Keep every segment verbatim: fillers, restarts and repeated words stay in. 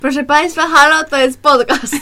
Proszę Państwa, halo, to jest podcast.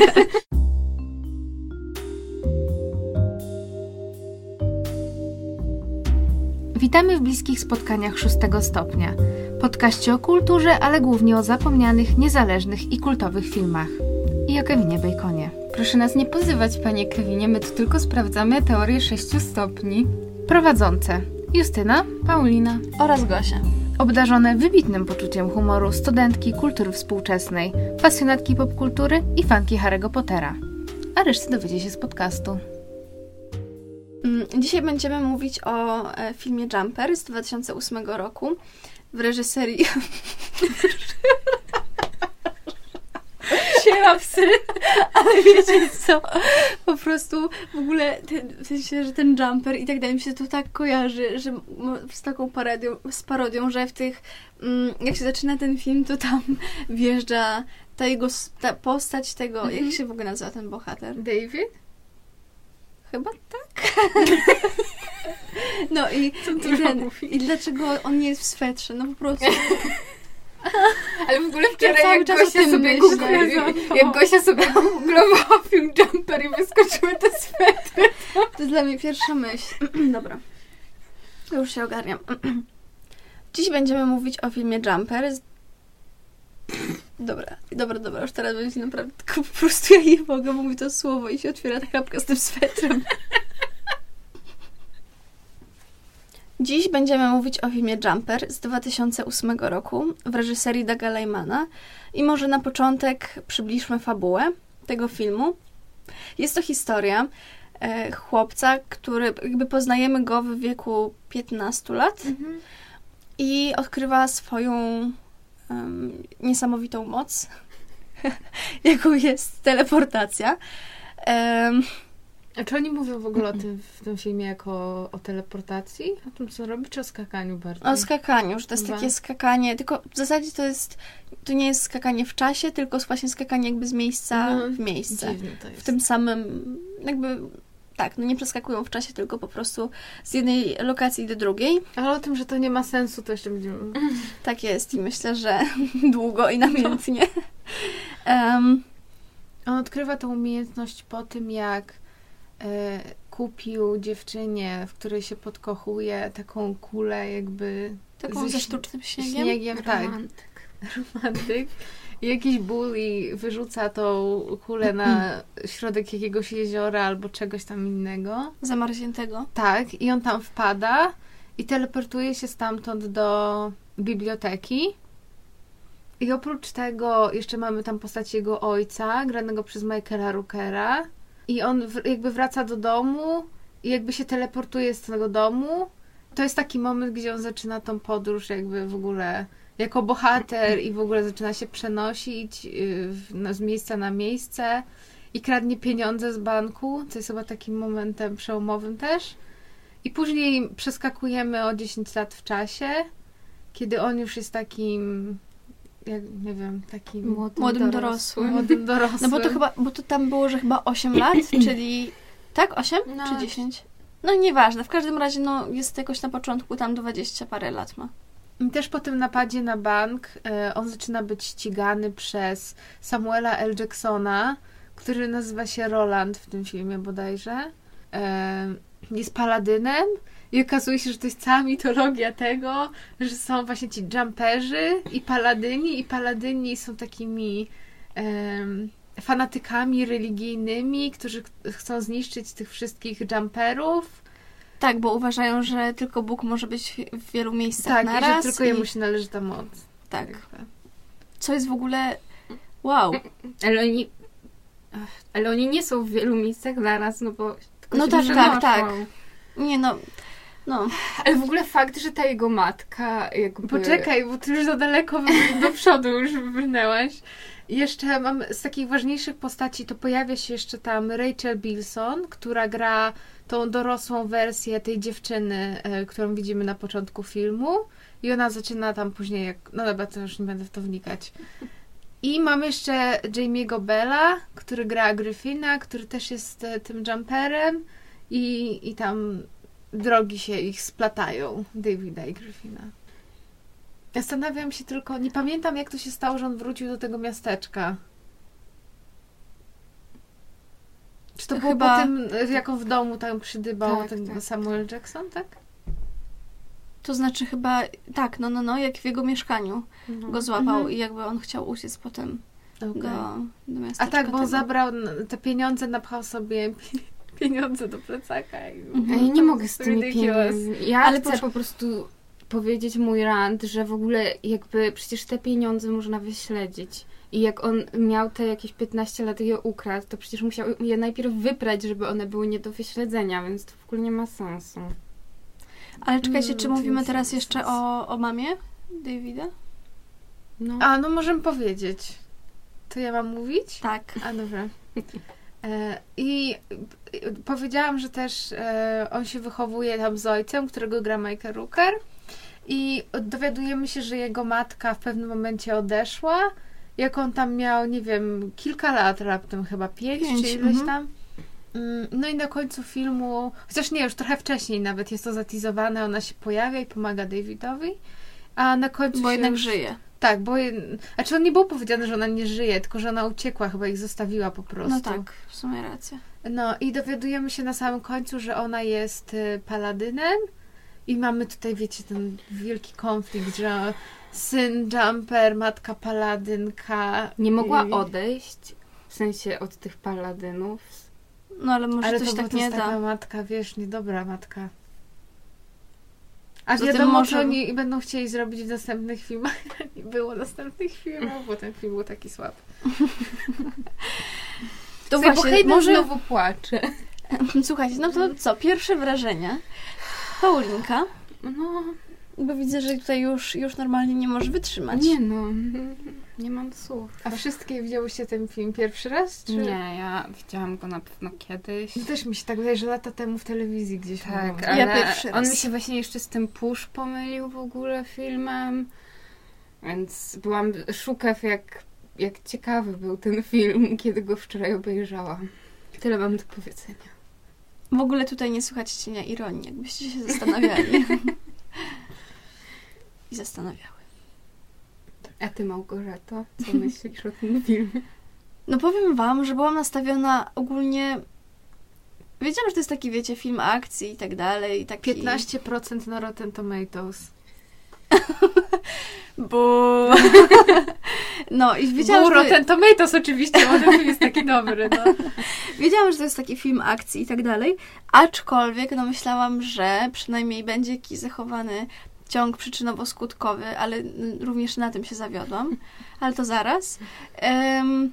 Witamy w bliskich spotkaniach szóstego stopnia. Podcaście o kulturze, ale głównie o zapomnianych, niezależnych i kultowych filmach. I o Kevinie Baconie. Proszę nas nie pozywać, panie Kevinie, my tu tylko sprawdzamy teorię sześciu stopni. Prowadzące Justyna, Paulina oraz Gosia. Obdarzone wybitnym poczuciem humoru studentki kultury współczesnej, pasjonatki popkultury i fanki Harry'ego Pottera. A resztę dowiecie się z podcastu. Dzisiaj będziemy mówić o e, filmie Jumper z dwa tysiące ósmego roku w reżyserii... Siema psy, ale wiecie co, po prostu w ogóle ten, w sensie, że ten Jumper i tak dalej mi się to tak kojarzy, że z taką parodią, z parodią, że w tych, jak się zaczyna ten film, to tam wjeżdża ta jego, ta postać tego, mm-hmm. jak się w ogóle nazywa ten bohater? David? Chyba tak. No i, i, ten, i dlaczego on nie jest w swetrze, no po prostu... Ale w ogóle wczoraj, ja jak, Gosia sobie googlowała, jak Gosia sobie googlowała film Jumper i wyskoczyły te swetry. To jest dla mnie pierwsza myśl. Dobra. Już się ogarniam. Dziś będziemy mówić o filmie Jumper. Dobra, dobra, dobra. Już teraz będzie naprawdę tylko po prostu ja nie mogę mówić to słowo i się otwiera ta klapka z tym swetrem. Dziś będziemy mówić o filmie Jumper z dwa tysiące ósmego roku w reżyserii Douga Limana i może na początek przybliżmy fabułę tego filmu. Jest to historia e, chłopca, który jakby poznajemy go w wieku piętnastu lat mhm. i odkrywa swoją um, niesamowitą moc, jaką jest teleportacja. Um, A czy oni mówią w ogóle o tym w tym filmie jako o teleportacji? O tym, co robi, czy o skakaniu bardziej? O skakaniu, że to jest Chyba. takie skakanie, tylko w zasadzie to jest, to nie jest skakanie w czasie, tylko właśnie skakanie jakby z miejsca no, w miejsce. Dziwne to jest. W tym samym, jakby, tak, no nie przeskakują w czasie, tylko po prostu z jednej lokacji do drugiej. Ale o tym, że to nie ma sensu, to jeszcze będziemy... Tak jest i myślę, że długo i namiętnie. um, On odkrywa tę umiejętność po tym, jak kupił dziewczynie, w której się podkochuje, taką kulę jakby... Taką ze sztucznym śniegiem? śniegiem Romantyk. Tak. Romantyk. I jakiś bully wyrzuca tą kulę na środek jakiegoś jeziora albo czegoś tam innego. Zamarzniętego. Tak. I on tam wpada i teleportuje się stamtąd do biblioteki. I oprócz tego jeszcze mamy tam postać jego ojca, granego przez Michaela Rookera. I on w, jakby wraca do domu i jakby się teleportuje z tego domu. To jest taki moment, gdzie on zaczyna tą podróż jakby w ogóle jako bohater i w ogóle zaczyna się przenosić w, no, z miejsca na miejsce i kradnie pieniądze z banku, co jest chyba takim momentem przełomowym też. I później przeskakujemy o dziesięć lat w czasie, kiedy on już jest takim... Jak, nie wiem, takim młodym, młodym dorosłym. Młodym dorosłym. No bo to chyba, bo to tam było, że chyba osiem lat, czyli tak? osiem no. czy dziesięć? No nieważne, w każdym razie no jest jakoś na początku tam dwadzieścia parę lat ma. I też po tym napadzie na bank e, on zaczyna być ścigany przez Samuela L. Jacksona, który nazywa się Roland w tym filmie bodajże. E, jest paladynem. I okazuje się, że to jest cała mitologia tego, że są właśnie ci jumperzy i paladyni, i paladyni są takimi um, fanatykami religijnymi, którzy ch- chcą zniszczyć tych wszystkich jumperów. Tak, bo uważają, że tylko Bóg może być w wielu miejscach tak, naraz. Tak, i że tylko i... jemu się należy ta moc. Tak. Co jest w ogóle... Wow. Ale oni... Ale oni nie są w wielu miejscach naraz, no bo... No tak, tak, tak. Nie no... No. Ale w ogóle fakt, że ta jego matka jakby... Poczekaj, bo ty już za daleko do przodu już wybrnęłaś. Jeszcze mam z takich ważniejszych postaci, to pojawia się jeszcze tam Rachel Bilson, która gra tą dorosłą wersję tej dziewczyny, e, którą widzimy na początku filmu. I ona zaczyna tam później, jak... No dobra, to już nie będę w to wnikać. I mamy jeszcze Jamie'ego Bella, który gra Gryffina, który też jest e, tym jumperem. I, i tam... drogi się ich splatają, Davida i Gryffina. Zastanawiam się tylko, nie pamiętam jak to się stało, że on wrócił do tego miasteczka. Czy to, to było chyba... po tym, jak on w domu tam przydybał tak, ten tak. Samuel Jackson, tak? To znaczy chyba, tak, no, no, no, jak w jego mieszkaniu mhm. go złapał mhm. i jakby on chciał uciec potem okay. do, do miasteczka. A tak, bo tego. on zabrał te pieniądze, napchał sobie pieniądze do plecaka. I ja nie mogę z tymi pieniędzmi. Ja ale chcę po prostu powiedzieć mój rant, że w ogóle jakby przecież te pieniądze można wyśledzić. I jak on miał te jakieś piętnaście lat i je ukradł, to przecież musiał je najpierw wyprać, żeby one były nie do wyśledzenia, więc to w ogóle nie ma sensu. Ale czekajcie, hmm, czy mówimy teraz jeszcze o, o mamie Davida? No. A, no możemy powiedzieć. To ja mam mówić? Tak. A, dobra. E, I powiedziałam, że też e, on się wychowuje tam z ojcem, którego gra Michael Rooker. I dowiadujemy się, że jego matka w pewnym momencie odeszła. Jak on tam miał, nie wiem, kilka lat raptem, chyba pięć, pięć czy ileś mm-hmm. tam. No i na końcu filmu, chociaż nie, już trochę wcześniej nawet jest to zatizowane, ona się pojawia i pomaga Davidowi, a na końcu Bo się jednak już, żyje. Tak, bo... Znaczy on nie było powiedziane, że ona nie żyje, tylko że ona uciekła, chyba ich zostawiła po prostu. No tak, w sumie racja. No i dowiadujemy się na samym końcu, że ona jest paladynem i mamy tutaj, wiecie, ten wielki konflikt, że syn Jumper, matka paladynka. Nie mogła odejść, w sensie od tych paladynów. No ale może ale coś to tak to nie jest da. taka matka, wiesz, niedobra matka. A wiadomo, może... że oni będą chcieli zrobić w następnych filmach. Nie było następnych filmów, bo ten film był taki słaby. To Słuchaj, właśnie, może znowu płacze. Słuchajcie, no to co? Pierwsze wrażenia. Paulinka. No... Bo widzę, że tutaj już, już normalnie nie możesz wytrzymać. Nie no, nie mam słów. A wszystkie widziałyście ten film pierwszy raz? Czy? Nie, ja widziałam go na pewno kiedyś. No też mi się tak wydaje, że lata temu w telewizji gdzieś. Tak, było. ale ja pierwszy raz. On mi się właśnie jeszcze z tym Push pomylił w ogóle filmem. Więc byłam szukaw, jak, jak ciekawy był ten film, kiedy go wczoraj obejrzałam. Tyle mam do powiedzenia. W ogóle tutaj nie słychać cienia ironii, jakbyście się zastanawiali. I zastanawiały. A ty, Małgorzato, co myślisz o tym filmie? No powiem wam, że byłam nastawiona ogólnie... Wiedziałam, że to jest taki, wiecie, film akcji i tak dalej. I taki... piętnaście procent na Rotten Tomatoes. Bo... No i wiedziałam, Bo że... Rotten Tomatoes oczywiście, bo ten film jest taki dobry, no. Wiedziałam, że to jest taki film akcji i tak dalej, aczkolwiek no myślałam, że przynajmniej będzie jakiś zachowany ciąg przyczynowo-skutkowy, ale również na tym się zawiodłam. Ale to zaraz. Um,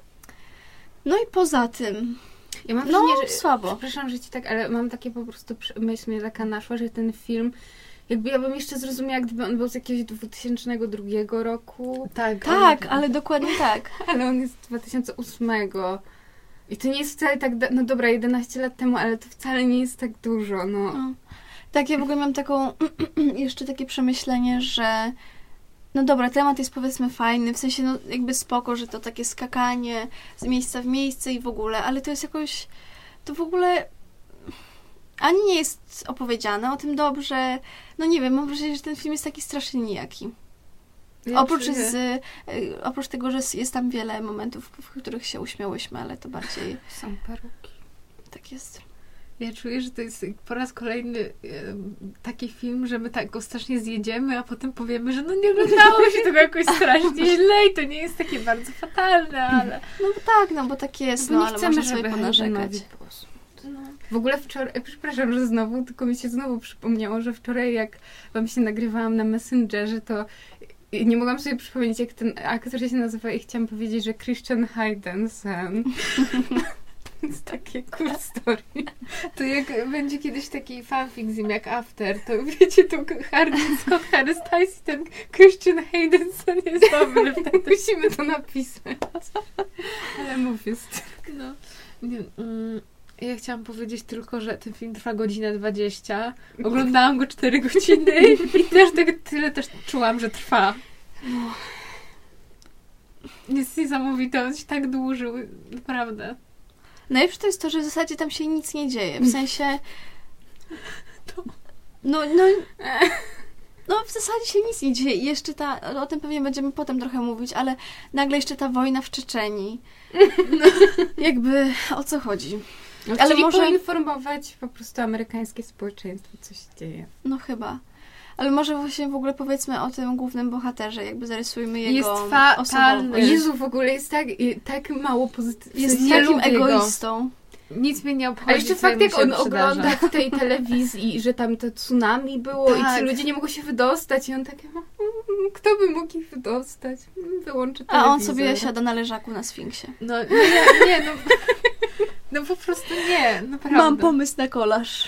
no i poza tym... Ja mam no, wrażenie, że, słabo. Przepraszam, że ci tak, ale mam takie po prostu myśl mnie taka naszła, że ten film, jakby ja bym jeszcze zrozumiała, gdyby on był z jakiegoś dwutysięcznego drugiego roku. Tak, tak, ale dokładnie tak. Ale on jest z dwa tysiące ósmego. I to nie jest wcale tak, da- no dobra, jedenaście lat temu, ale to wcale nie jest tak dużo, no. no. Tak, ja w ogóle mam taką, jeszcze takie przemyślenie, że no dobra, temat jest powiedzmy fajny, w sensie no jakby spoko, że to takie skakanie z miejsca w miejsce i w ogóle, ale to jest jakoś, to w ogóle ani nie jest opowiedziane o tym dobrze, no nie wiem, mam wrażenie, że ten film jest taki strasznie nijaki. Ja oprócz, z, oprócz tego, że jest tam wiele momentów, w których się uśmiałyśmy, ale to bardziej... Są peruki. Tak jest. Ja czuję, że to jest po raz kolejny e, taki film, że my tak go strasznie zjedziemy, a potem powiemy, że no nie oglądało się tego jakoś strasznie źle i to nie jest takie bardzo fatalne, ale... No tak, no bo tak jest, no, no ale można sobie ponarzekać. No. W ogóle wczoraj, przepraszam, że znowu, tylko mi się znowu przypomniało, że wczoraj jak wam się nagrywałam na Messengerze, to nie mogłam sobie przypomnieć, jak ten aktor się nazywa i chciałam powiedzieć, że Christian Haydensen. To jest takie cool story. To jak będzie kiedyś taki fanfic z nim jak After, to wiecie, to Hardy, Scott Harris Tice i ten Christian Haydensen jest dobry. Musimy to napisać. Ale mów jest. No. Nie, mm, ja chciałam powiedzieć tylko, że ten film trwa godzinę dwadzieścia. Oglądałam go cztery godziny i też tak, tyle też czułam, że trwa. Jest niesamowite, on się tak dłużył. Naprawdę. Najlepsze to jest to, że w zasadzie tam się nic nie dzieje. W sensie... No, no... No w zasadzie się nic nie dzieje. I jeszcze ta, o tym pewnie będziemy potem trochę mówić, ale nagle jeszcze ta wojna w Czeczenii. No, jakby o co chodzi? No, Ale czyli może poinformować po prostu amerykańskie społeczeństwo, co się dzieje. No chyba. Ale może właśnie w ogóle powiedzmy o tym głównym bohaterze, jakby zarysujmy jego Jest fatalny. osobowość. Jezu, w ogóle jest tak, tak mało pozytywnego. Jest nie takim lubię go. egoistą. Nic mnie nie obchodzi. A jeszcze co fakt, mu jak się on przydarza. ogląda w tej telewizji, że tam to tsunami było Tak. i ci ludzie nie mogą się wydostać i on takie, mm, kto by mógł ich wydostać? Mm, Wyłączy telewizor. A on sobie siada na leżaku na Sfinksie. No nie, nie, no. No po prostu nie, naprawdę. Mam pomysł na kolaż.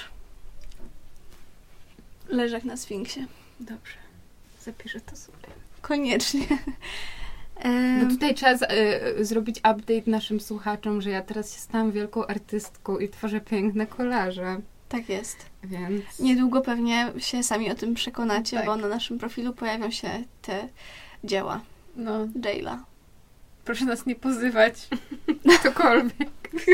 Leżak na Sfinksie. Dobrze, zapiszę to sobie. Koniecznie. Bo tutaj trzeba z, y, zrobić update naszym słuchaczom, że ja teraz się stałam wielką artystką i tworzę piękne kolaże, Tak jest. więc... Niedługo pewnie się sami o tym przekonacie, Tak. bo na naszym profilu pojawią się te dzieła No, Jayla. proszę nas nie pozywać. Ktokolwiek.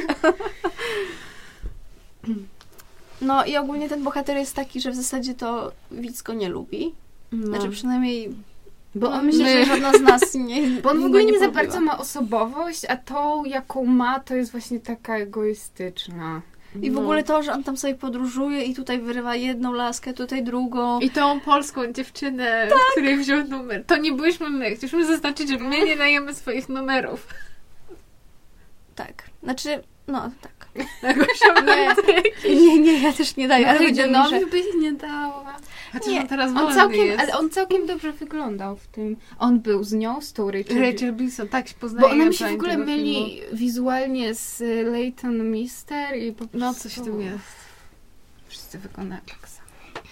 No i ogólnie ten bohater jest taki, że w zasadzie to widz go nie lubi. No. Znaczy przynajmniej Bo no, on, myślę, my, że żadna z nas nie bo on w go ogóle nie za polubiła. bardzo ma osobowość, a tą, jaką ma, to jest właśnie taka egoistyczna. I w No. ogóle to, że on tam sobie podróżuje i tutaj wyrywa jedną laskę, tutaj drugą. I tą polską dziewczynę, Tak. której wziął numer. To nie byliśmy my. Chcieliśmy zaznaczyć, że my nie dajemy swoich numerów. Tak. Znaczy, no tak. Nie, Nie, nie, ja też nie daję, ale będzie mi, że... Hejdonowi byś nie dała. chociaż Nie, on teraz On wolny całkiem, jest. ale on całkiem dobrze wyglądał w tym. On był z nią, z tą Rachel. Rachel Bilson, tak się poznaje. Bo ona mi się w ogóle myli wizualnie z y, Leighton Mister i po prostu... No, coś w tym jest. Wszyscy wyglądają tak samo.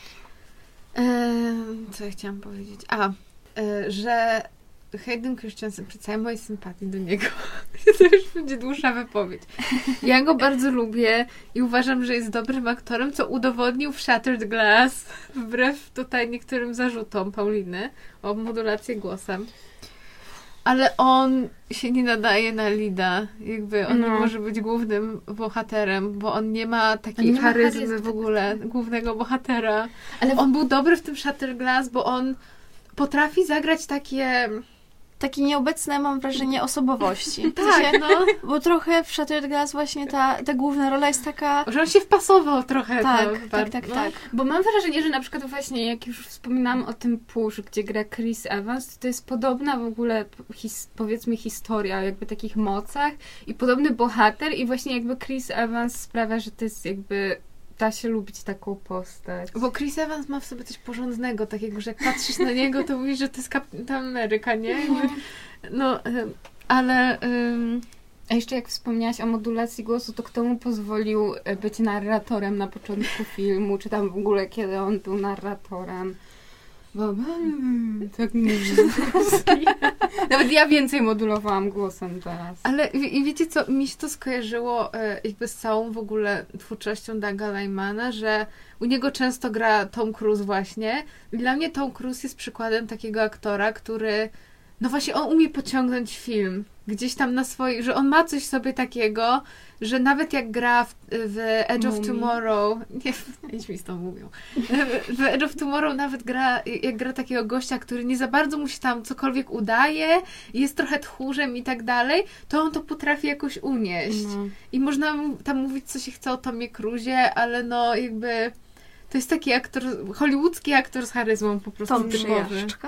Ehm, co ja chciałam powiedzieć? A, e, że Hayden Christensen, przy całej mojej sympatii do niego, to już będzie dłuższa wypowiedź. Ja go bardzo lubię i uważam, że jest dobrym aktorem, co udowodnił w Shattered Glass, wbrew tutaj niektórym zarzutom Pauliny o modulację głosem. Ale on się nie nadaje na leada. Jakby on No. nie może być głównym bohaterem, bo on nie ma takiej On nie ma charyzmy charyzmy, w ogóle głównego bohatera. Ale On był dobry w tym Shattered Glass, bo on potrafi zagrać takie... Takie nieobecne, mam wrażenie, osobowości. W Tak, sensie, no. bo trochę w Shattered Glass właśnie ta, ta główna rola jest taka... Że on się wpasował trochę. Tak, to, tak, bardzo, tak, no. tak. Bo mam wrażenie, że na przykład właśnie jak już wspominałam o tym Push, gdzie gra Chris Evans, to jest podobna w ogóle his, powiedzmy historia o jakby takich mocach i podobny bohater i właśnie jakby Chris Evans sprawia, że to jest jakby da się lubić taką postać. Bo Chris Evans ma w sobie coś porządnego, takiego, że jak patrzysz na niego, to mówisz, że to jest Kapitan Ameryka, nie? Jakby, no, ym, ale... Ym, A jeszcze jak wspomniałaś o modulacji głosu, to kto mu pozwolił być narratorem na początku filmu, czy tam w ogóle kiedy on był narratorem? Bo mm, tak nie Nawet ja więcej modulowałam głosem teraz. ale i i wiecie co, mi się to skojarzyło e, jakby z całą w ogóle twórczością Douga Lymana, że u niego często gra Tom Cruise właśnie. I dla mnie Tom Cruise jest przykładem takiego aktora, który no właśnie on umie pociągnąć film. Gdzieś tam na swoi, że on ma coś w sobie takiego, że nawet jak gra w, w Edge of Mumii. Tomorrow, nie, idź mi z tą mówią, w, w Edge of Tomorrow nawet gra, jak gra takiego gościa, który nie za bardzo mu się tam cokolwiek udaje, jest trochę tchórzem i tak dalej, to on to potrafi jakoś unieść. No. I można mu tam mówić, co się chce o Tomie Cruzie, ale no jakby to jest taki aktor, hollywoodzki aktor z charyzmą po prostu Tom typowy. Przyjażdżka.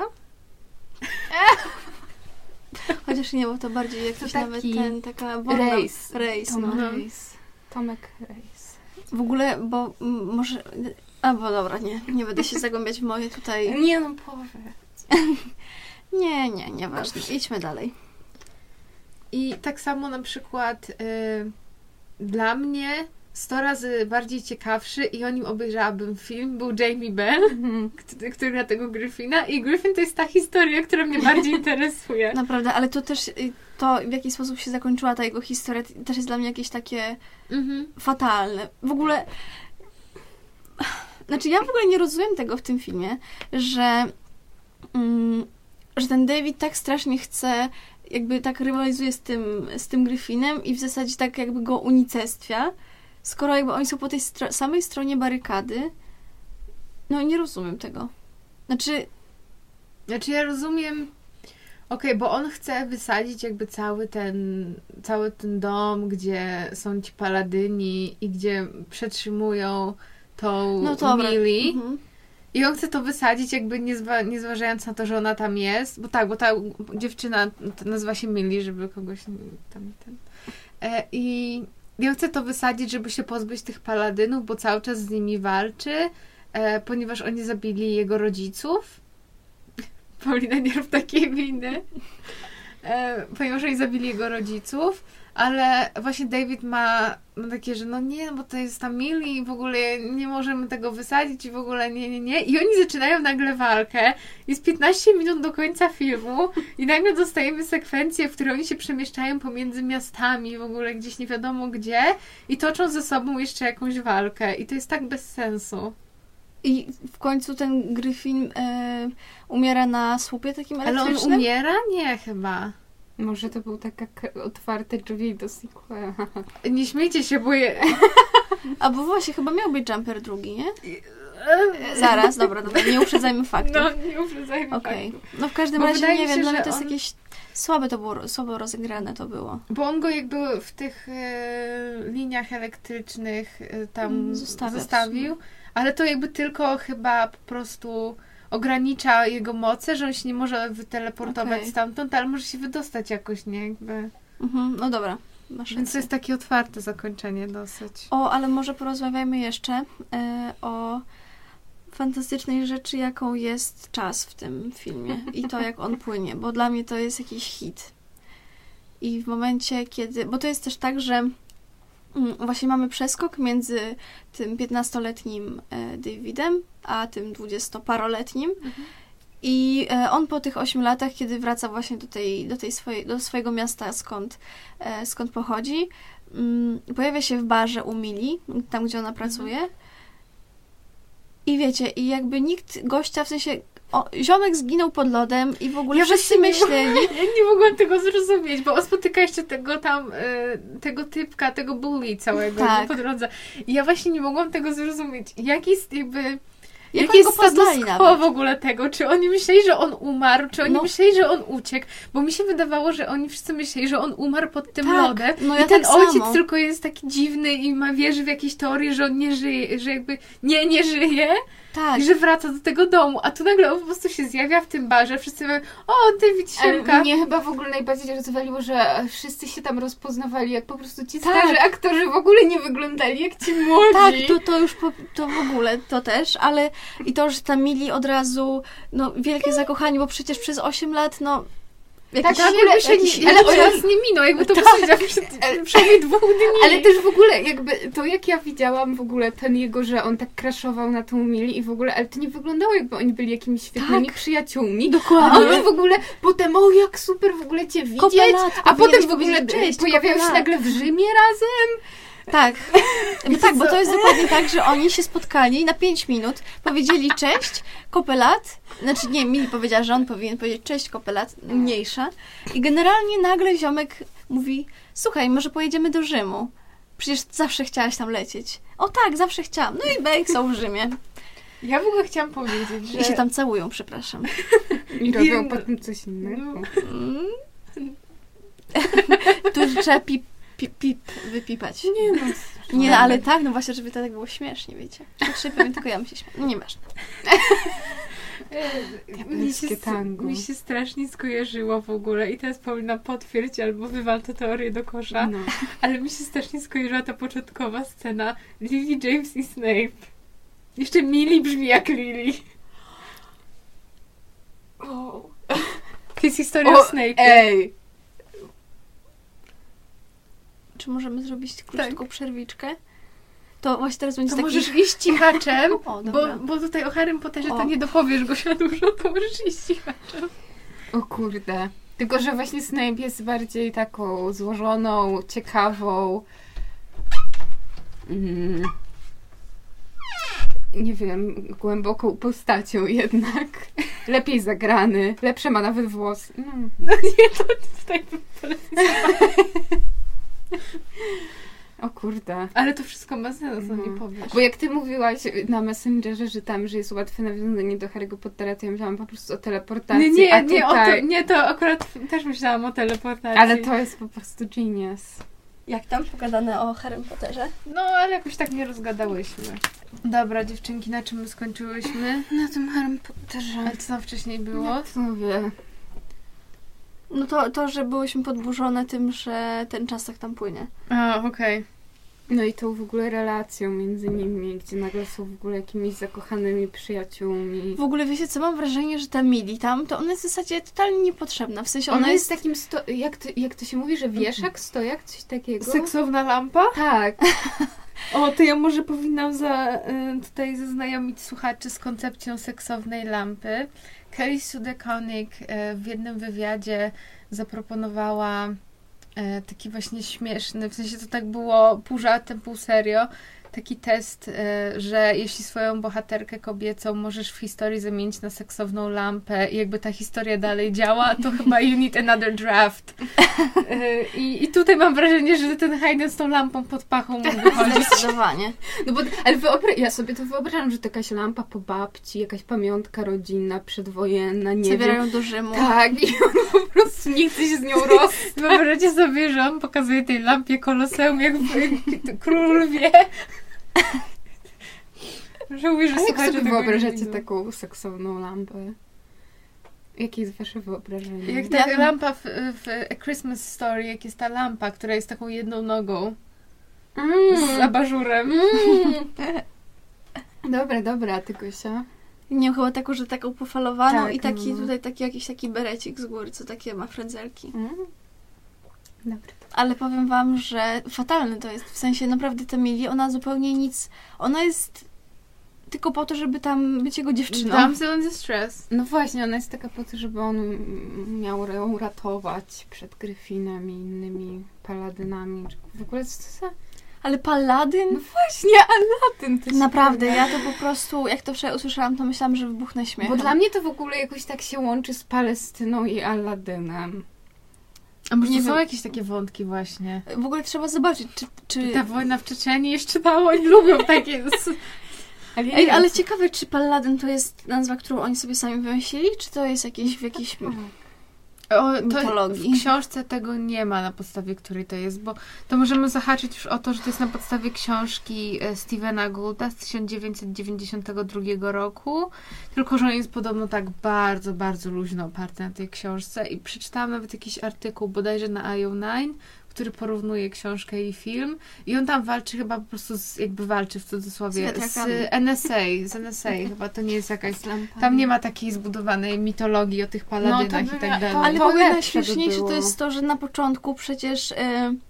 Chociaż nie, bo to bardziej jakiś To nawet taki ten, taka wolna... Rejs. Rejs, Tom no. Rejs. Tomek Rejs. W ogóle, bo m, może... A, bo dobra, nie. Nie będę się zagłębiać w moje tutaj... Nie no, powiedz. Nie, nie, nieważne. Idźmy dalej. I tak samo na przykład y, dla mnie sto razy bardziej ciekawszy i o nim obejrzałabym film, był Jamie Bell, Mhm. który, który gra tego Griffina i Griffin to jest ta historia, która mnie bardziej interesuje. Naprawdę, ale to też... y, To, w jaki sposób się zakończyła ta jego historia, t- też jest dla mnie jakieś takie Mhm. fatalne. W ogóle... Znaczy, ja w ogóle nie rozumiem tego w tym filmie, że... Mm, że ten David tak strasznie chce, jakby tak rywalizuje z tym, z tym Griffinem i w zasadzie tak jakby go unicestwia, skoro jakby oni są po tej stro- samej stronie barykady. No nie rozumiem tego. Znaczy... Znaczy ja rozumiem... Okej, okay, bo on chce wysadzić jakby cały ten, cały ten dom, gdzie są ci paladyni i gdzie przetrzymują tą no Millie. Mhm. I on chce to wysadzić jakby nie, zwa- nie zważając na to, że ona tam jest. Bo tak, bo ta dziewczyna nazywa się Millie, żeby kogoś tam ten... E, I... I on chce to wysadzić, żeby się pozbyć tych paladynów, bo cały czas z nimi walczy, e, ponieważ oni zabili jego rodziców. Paulina, nie rób takiej winy. E, ponieważ oni zabili jego rodziców, ale właśnie David ma, ma takie, że no nie, bo to jest ta Millie i w ogóle nie możemy tego wysadzić i w ogóle nie, nie, nie. I oni zaczynają nagle walkę. Jest piętnaście minut do końca filmu i nagle dostajemy sekwencję, w której oni się przemieszczają pomiędzy miastami, w ogóle gdzieś nie wiadomo gdzie i toczą ze sobą jeszcze jakąś walkę. I to jest tak bez sensu. I w końcu ten Gryfin e, umiera na słupie takim elektrycznym. Ale on umiera? Nie, chyba. Może to był tak jak otwarte drzwi do sequela. Nie śmiejcie się, bo je... A bo właśnie, chyba miał być Jumper drugi, nie? Zaraz, dobra, dobra, nie uprzedzajmy faktów. No, nie uprzedzajmy okay. faktów. No w każdym bo razie, nie wiem, się, dla mnie to on... jest jakieś słabe to było, słabo rozegrane to było. Bo on go jakby w tych e, liniach elektrycznych e, tam Zostawia zostawił, ale to jakby tylko chyba po prostu ogranicza jego moce, że on się nie może wyteleportować okay. stamtąd, ale może się wydostać jakoś, nie? Jakby. Mhm, no dobra. Masz Więc to jest takie otwarte zakończenie dosyć. O, ale może porozmawiajmy jeszcze e, o fantastycznej rzeczy, jaką jest czas w tym filmie i to, jak on płynie, bo dla mnie to jest jakiś hit. I w momencie, kiedy... Bo to jest też tak, że mm, właśnie mamy przeskok między tym piętnastoletnim e, Davidem, a tym dwudziestoparoletnim. Mhm. I e, on po tych ośmiu latach, kiedy wraca właśnie do tej, do tej swojej, do swojego miasta, skąd, e, skąd pochodzi, mm, pojawia się w barze u Millie, tam, gdzie ona pracuje. Mhm. I wiecie, i jakby nikt gościa, w sensie o, ziomek zginął pod lodem i w ogóle ja wszyscy myśleli... Ja nie mogłam tego zrozumieć, bo on spotyka jeszcze tego tam, y, tego typka, tego bully całego tak. po drodze. I ja właśnie nie mogłam tego zrozumieć. Jak jest jakby... Jak Jaki jest status quo w ogóle tego? Czy oni myśleli, że on umarł? Czy oni no. myśleli, że on uciekł? Bo mi się wydawało, że oni wszyscy myśleli, że on umarł pod tym tak, lodem. no ja I ten tak ojciec samo. tylko jest taki dziwny i ma wierzy w jakieś teorie, że on nie żyje, że jakby nie, nie żyje. Tak. I że wraca do tego domu. A tu nagle on po prostu się zjawia w tym barze. Wszyscy mówią, o, David Siemka. Mnie chyba w ogóle najbardziej rozwaliło, że wszyscy się tam rozpoznawali, jak po prostu ci tak. starzy aktorzy w ogóle nie wyglądali jak ci młodzi. Tak, to, to już po, to w ogóle, to też, ale i to, że ta Millie od razu, no wielkie zakochanie, bo przecież przez osiem lat, no tak, tak, jakby się jakiś, nie, ale czas nie minął, jakby to tak. przynajmniej dwóch dni. Ale też w ogóle, jakby to jak ja widziałam w ogóle ten jego, że on tak crashował na tą Millie i w ogóle, ale to nie wyglądało, jakby oni byli jakimiś świetnymi tak. przyjaciółmi. Dokładnie. A on w ogóle potem, o jak super w ogóle cię widzieć, lat, a potem w ogóle cześć, pojawiają się nagle w Rzymie razem. Tak, no tak, bo to jest dokładnie tak, że oni się spotkali na pięć minut, powiedzieli cześć, kopelat, znaczy nie, Millie powiedziała, że on powinien powiedzieć cześć, kopelat, mniejsza i generalnie nagle ziomek mówi, słuchaj, może pojedziemy do Rzymu, przecież zawsze chciałaś tam lecieć. O tak, zawsze chciałam, no i bejk, są w Rzymie. Ja w ogóle chciałam powiedzieć, że... I się tam całują, przepraszam. I robią potem coś innego. Mm. Tu trzeba pip Pip, pip, wypipać. Nie no. Nie, no, ale tak, no właśnie, żeby to tak było śmiesznie, wiecie. Znaczy, powiem tylko ja mi się śmieję. No nieważne. mi, się, tango. mi się strasznie skojarzyło w ogóle i teraz Paulina potwierdź albo wywal tę teorię do kosza, no. ale mi się strasznie skojarzyła ta początkowa scena Lily James i Snape. Jeszcze Millie brzmi jak Lily. Oh. To jest historia o Snape. Ej! Czy możemy zrobić krótką tak. przerwiczkę? To właśnie teraz będzie to taki... możesz iść cichaczem, o, bo, bo tutaj o Harrym Potterze o. to nie dopowiesz go się dużo, to możesz iść cichaczem. O kurde. Tylko, że właśnie Snape jest bardziej taką złożoną, ciekawą... Mm, nie wiem, głęboką postacią jednak. Lepiej zagrany, lepsze ma nawet włosy. Mm. No nie, to tutaj O kurde. Messengerze. Ale to wszystko ma sens, no Mhm. nie powiesz. Bo jak ty mówiłaś na Messengerze, że tam, że jest łatwe nawiązanie do Harry'ego Pottera, to ja myślałam po prostu o teleportacji. Nie, nie, a nie, tutaj... o to, nie, to akurat też myślałam o teleportacji. Ale to jest po prostu genius. Jak tam pogadane o Harrym Potterze? No, ale jakoś tak nie rozgadałyśmy. Dobra, dziewczynki, na czym my skończyłyśmy? Na tym Harrym Potterze. Ale co tam wcześniej było? Jak to mówię? No to, to, że byłyśmy podburzone tym, że ten czas tak tam płynie. A, okej. No i tą w ogóle relacją między nimi, gdzie nagle są w ogóle jakimiś zakochanymi przyjaciółmi. W ogóle wiecie co, mam wrażenie, że ta Mili tam, to ona jest w zasadzie totalnie niepotrzebna. W sensie ona, Ona jest... jest takim, sto- jak, to, jak to się mówi, że wieszak, stojak, coś takiego? Seksowna lampa? Tak. O, to ja może powinnam za, y, tutaj zaznajomić słuchaczy z koncepcją seksownej lampy. Kelly Sue DeConnick y, w jednym wywiadzie zaproponowała y, taki właśnie śmieszny, w sensie to tak było pół żartem, pół serio, taki test, y, że jeśli swoją bohaterkę kobiecą możesz w historii zamienić na seksowną lampę i jakby ta historia dalej działa, to chyba you need another draft. Y, I, I tutaj mam wrażenie, że ten Hayden z tą lampą pod pachą mógł wychodzić. Zdecydowanie. No bo, ale wyobra- ja sobie to wyobrażam, że to jakaś lampa po babci, jakaś pamiątka rodzinna, przedwojenna, nie wiem. Zabierają do Rzymu. Tak, i on po prostu nie chce się z nią roz... Wyobraźcie sobie, że on pokazuje tej lampie koloseum, jak w- jak król wie. Żałuję, że A jak słuchacze sobie tego nie wyobrażacie widzą. taką seksowną lampę? Jakie jest wasze wyobrażenie? Jak Ja ta wiem. lampa w, w A Christmas Story, jak jest ta lampa, która jest taką jedną nogą z Mm. abażurem. Mm. Dobra, dobra, ty Gosia. Nie wiem, chyba taką, że taką pofalowaną Tak, i taki no. tutaj taki jakiś taki berecik z góry, co takie ma frędzelki. Mm. Dobra. Ale powiem wam, że fatalne to jest. W sensie naprawdę ta Mili, ona zupełnie nic... Ona jest tylko po to, żeby tam być jego dziewczyną. Damsel in distress. No właśnie, ona jest taka po to, żeby on mm, miał ją ratować przed Gryfinem i innymi paladynami. W ogóle co to za... Ale Paladyn? No właśnie, Aladdin to się Naprawdę, pojawia. ja to po prostu, jak to wczoraj usłyszałam, to myślałam, że wybuchnę śmiechem. Bo dla mnie to w ogóle jakoś tak się łączy z Palestyną i Aladynem. A może Nie to są wiem. jakieś takie wątki właśnie? W ogóle trzeba zobaczyć, czy... czy... Ta wojna w Czeczeniu jeszcze tam, oni lubią takie... Ale ja Ej, nie ale wiem, co- ciekawe, czy Paladyn to jest nazwa, którą oni sobie sami wymyślili, czy to jest jakieś w jakiejś O, to mitologii? w książce tego nie ma, na podstawie której to jest, bo to możemy zahaczyć już o to, że to jest na podstawie książki e, Stephena Goulda z tysiąc dziewięćset dziewięćdziesiątego drugiego roku, tylko że on jest podobno tak bardzo, bardzo luźno oparty na tej książce i przeczytałam nawet jakiś artykuł bodajże na I O dziewięć, który porównuje książkę i film i on tam walczy chyba po prostu, z, jakby walczy w cudzysłowie, Z z, wiatrakami. N S A, z N S A, chyba to nie jest jakaś... z lampami. Tam nie ma takiej zbudowanej mitologii o tych paladynach No, to i by tak mia- dalej. to- Ale w to ogóle lepsze by najśmieszniejsze było. to jest to, że na początku przecież... Y,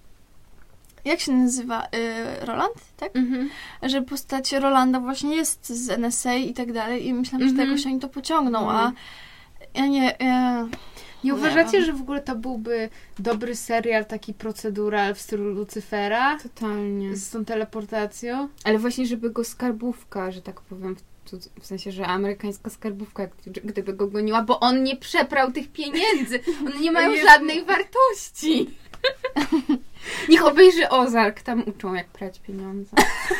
jak się nazywa? Y, Roland? Tak? Mhm. Że postać Rolanda właśnie jest z N S A i tak dalej i myślałam, że Mhm. to jakoś oni to pociągną, a Mhm. ja nie... Ja... Nie Nie uważacie, wiem. że w ogóle to byłby dobry serial, taki procedural w stylu Lucyfera Totalnie. z tą teleportacją? Ale właśnie, żeby go skarbówka, że tak powiem, w, cudz- w sensie, że amerykańska skarbówka, gdy- gdyby go goniła, bo on nie przeprał tych pieniędzy. One nie mają Jezu. żadnej wartości. Niech obejrzy Ozark, tam uczą jak prać pieniądze.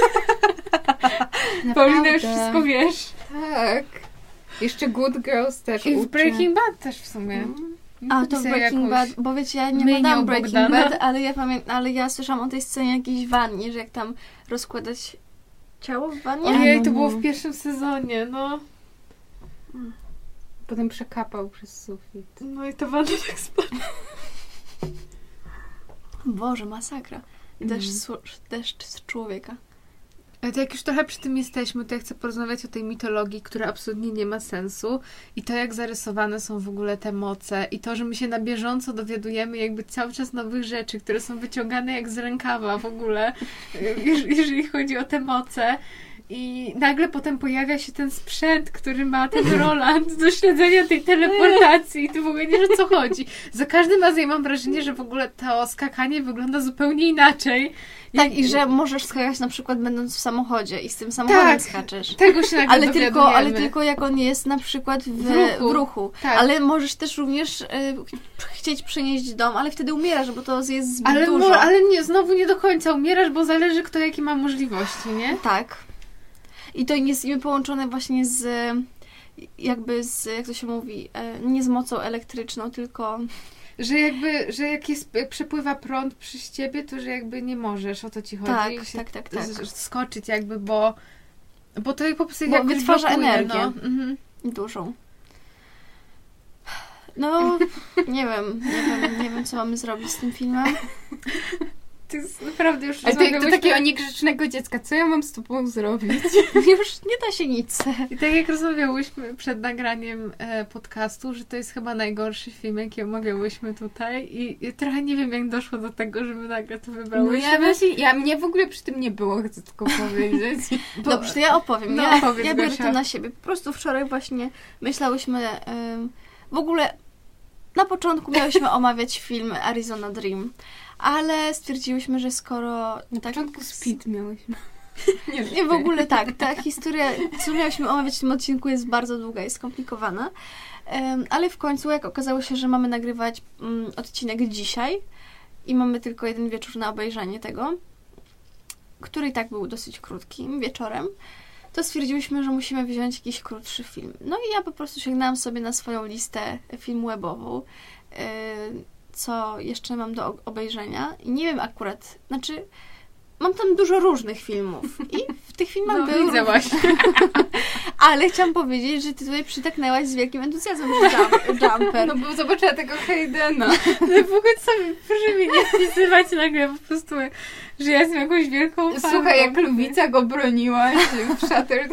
Paulina już Naprawdę. wszystko wiesz. Tak. Jeszcze Good Girls też I w uczy. Breaking Bad też w sumie. Mm. A, to w Napisał Breaking jakąś- Bad, bo wiecie, ja nie Mynią oglądałam Breaking Bogdana. Bad, ale ja pamiętam, ale ja słyszałam o tej scenie jakiejś wannie, że jak tam rozkładać ciało w wannie. Ojej, no, to no. było w pierwszym sezonie, no. Potem przekapał przez sufit. No i to wanna tak spadła. Boże, masakra. Deszcz, Mhm. z- deszcz z człowieka. Ale to jak już trochę przy tym jesteśmy, to ja chcę porozmawiać o tej mitologii, która absolutnie nie ma sensu i to, jak zarysowane są w ogóle te moce i to, że my się na bieżąco dowiadujemy jakby cały czas nowych rzeczy, które są wyciągane jak z rękawa w ogóle, jeż- jeżeli chodzi o te moce. I nagle potem pojawia się ten sprzęt, który ma ten Roland do śledzenia tej teleportacji i tu w ogóle nie wiesz, o co chodzi. Za każdym razem mam wrażenie, że w ogóle to skakanie wygląda zupełnie inaczej. Tak, i, i że możesz skakać na przykład będąc w samochodzie i z tym samochodem tak, skaczesz. Tego się nagle ale tylko, ale tylko jak on jest na przykład w, w ruchu. W ruchu. Tak. Ale możesz też również y, chcieć przenieść dom, ale wtedy umierasz, bo to jest zbyt ale, dużo. Mo, ale nie, znowu nie do końca umierasz, bo zależy kto jakie ma możliwości, nie? Tak. I to jest im połączone właśnie z jakby z, jak to się mówi, nie z mocą elektryczną, tylko... Że jakby, że jak, jest, jak przepływa prąd przy ciebie, to że jakby nie możesz, o to ci chodzi. Tak, tak, tak, tak. Skoczyć jakby, bo bo to po prostu bo wytwarza blokuje, energię. No. Mhm. Dużą. No, nie wiem, nie wiem, nie wiem, co mamy zrobić z tym filmem. To jest naprawdę już... Ale to, to takiego niegrzecznego dziecka, co ja mam z tobą zrobić? Już nie da się nic. I tak jak rozmawiałyśmy przed nagraniem e, podcastu, że to jest chyba najgorszy film, jaki omawiałyśmy tutaj i, i trochę nie wiem, jak doszło do tego, że my nagle to wybrałyśmy. No ja, właśnie, ja mnie w ogóle przy tym nie było, chcę tylko powiedzieć. Bo, Dobrze, to ja opowiem. No, ja opowiedz, ja biorę Gosia. to na siebie. Po prostu wczoraj właśnie myślałyśmy... Ym, w ogóle na początku miałyśmy omawiać film Arizona Dream, ale stwierdziłyśmy, że skoro... Na tak, początku Speed miałyśmy. Nie, nie, w ogóle tak. Ta historia, co miałyśmy omawiać w tym odcinku, jest bardzo długa i skomplikowana. Um, ale w końcu, jak okazało się, że mamy nagrywać um, odcinek dzisiaj i mamy tylko jeden wieczór na obejrzenie tego, który i tak był dosyć krótkim wieczorem, to stwierdziłyśmy, że musimy wziąć jakiś krótszy film. No i ja po prostu sięgnęłam sobie na swoją listę film webową, yy, co jeszcze mam do obejrzenia. I nie wiem akurat, znaczy mam tam dużo różnych filmów i w tych filmach no, był... widzę właśnie. Ale chciałam powiedzieć, że ty tutaj przytaknęłaś z wielkim entuzjazmem jump, Jumper. No bo zobaczyła tego Haydena. No w ogóle sobie, proszę mi nie wpisywać nagle po prostu, że ja jestem jakąś wielką fanką. Słuchaj, jak Lubica go broniłaś w Shattered.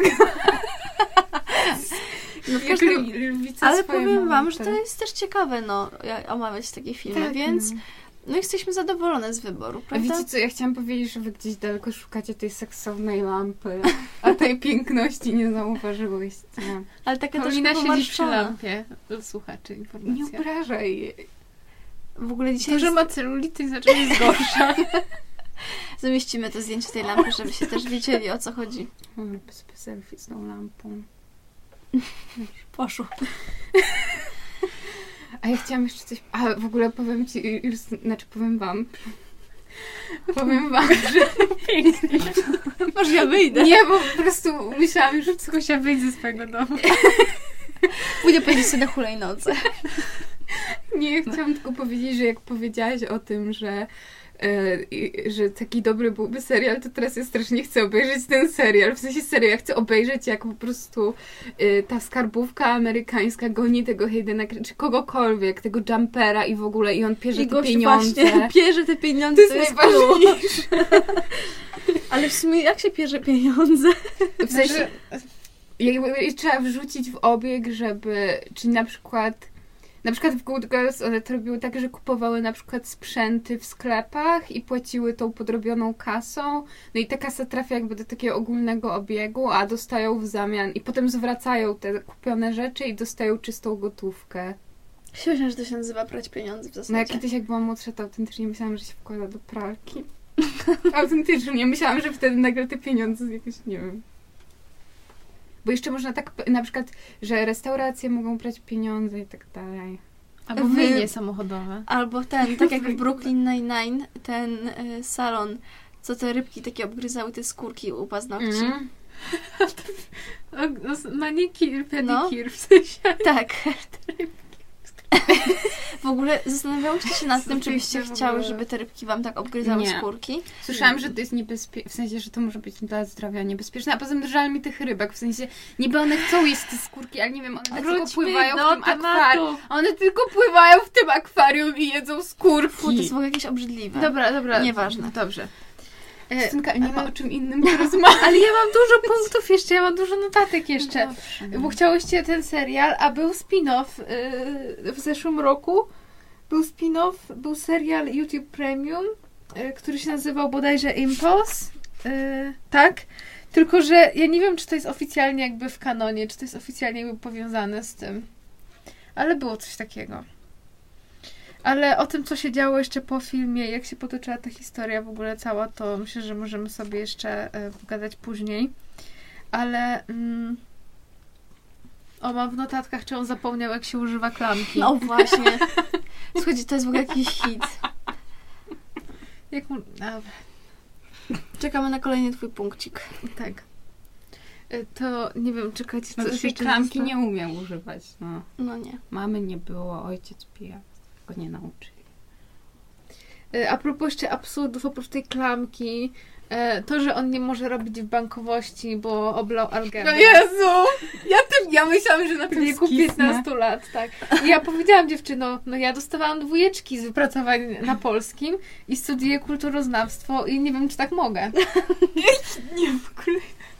No w każdym... Ale powiem wam, że to jest też ciekawe, no, omawiać takie filmy, tak, więc no. no jesteśmy zadowolone z wyboru, A prawda? wiecie co, ja chciałam powiedzieć, że wy gdzieś daleko szukacie tej seksownej lampy, a tej piękności nie zauważyłyście. Ale taka Paulina też siedzi przy lampie. Do słuchaczy informacja. Nie obrażaj jej. W ogóle dzisiaj... To, że ma celulity, znaczy jest gorsza. Zamieścimy to zdjęcie tej lampy, żeby się też wiedzieli, o co chodzi. Mamy selfie z tą lampą. Poszło. A ja chciałam jeszcze coś... A w ogóle powiem ci, już, znaczy powiem wam, powiem wam, że Pięknie. Może ja wyjdę. Nie, bo po prostu myślałam już, Tylko się wyjść ze swojego domu. Pójdę powiedzieć sobie na hulajnodze. Nie, chciałam tylko powiedzieć, że jak powiedziałaś o tym, że Yy, że taki dobry byłby serial, to teraz ja strasznie chcę obejrzeć ten serial. W sensie serio, ja chcę obejrzeć, jak po prostu yy, ta skarbówka amerykańska goni tego Haydena, czy kogokolwiek, tego Jumpera i w ogóle, i on pierze I te pieniądze. Pierze te pieniądze. To jest najważniejsze. Ale w sumie jak się pierze pieniądze? W sensie jakby je trzeba wrzucić w obieg, żeby, czyli na przykład Na przykład w Good Girls one to robiły tak, że kupowały na przykład sprzęty w sklepach i płaciły tą podrobioną kasą. No i ta kasa trafia jakby do takiego ogólnego obiegu, a dostają w zamian i potem zwracają te kupione rzeczy i dostają czystą gotówkę. Śmieszne, że to się nazywa prać pieniądze w zasadzie. No ja kiedyś jak byłam młodsza, to autentycznie myślałam, że się wkłada do pralki. Autentycznie. Myślałam, że wtedy nagle te pieniądze jakoś, nie wiem. Bo jeszcze można tak, na przykład, że restauracje mogą brać pieniądze i tak dalej. Albo Wy- myjnie samochodowe. Albo ten, tak jak w Brooklyn Nine-Nine, ten y, salon, co te rybki takie obgryzały, te skórki u paznokci. Mm. Manikir, pedikir, No. w sensie. Tak. W ogóle zastanawiałyście się nad tym, czy byście Rzeczywiście w chciały, ogóle. żeby te rybki wam tak obgryzały Nie. skórki? Słyszałam, że to jest niebezpieczne, w sensie, że to może być dla zdrowia niebezpieczne, a poza tym żal mi tych rybek, w sensie, niby one chcą jeść te skórki, ale nie wiem, one tylko Wróćmy pływają do w tym tematu. akwarium. One tylko pływają w tym akwarium i jedzą skórki. Fu, to jest w ogóle jakieś obrzydliwe. Dobra, dobra. Nieważne. Dobrze. Justynka, nie ma ale- o czym innym porozmawiać. Ale ja mam dużo punktów jeszcze, ja mam dużo notatek jeszcze. Dobrze. Bo chciałyście ten serial, a był spin-off yy, w zeszłym roku. Był spin-off, był serial YouTube Premium, yy, który się nazywał bodajże Impulse. Yy, tak? Tylko, że ja nie wiem, czy to jest oficjalnie jakby w kanonie, czy to jest oficjalnie jakby powiązane z tym. Ale było coś takiego. Ale o tym, co się działo jeszcze po filmie, jak się potoczyła ta historia w ogóle cała, to myślę, że możemy sobie jeszcze e, pogadać później. Ale... Mm, o, mam w notatkach, czy on zapomniał, jak się używa klamki. No właśnie. Słuchajcie, to jest w ogóle jakiś hit. Jak mu... A, Czekamy na kolejny twój punkcik. tak. E, To nie wiem, czekajcie, No co to się tej jeszcze klamki zostało? nie umiem używać, no. No nie. Mamy nie było, ojciec pija, go nie nauczyli. E, A propos jeszcze absurdów, oprócz tej klamki, e, to, że on nie może robić w bankowości, bo oblał algebrę. No Jezu! Ja tym, ja myślałam, że na W tym wieku skisnę. piętnastu lat, tak. I ja powiedziałam dziewczyno, no ja dostawałam dwójeczki z wypracowań na polskim i studiuję kulturoznawstwo i nie wiem, czy tak mogę. Nie, w ogóle.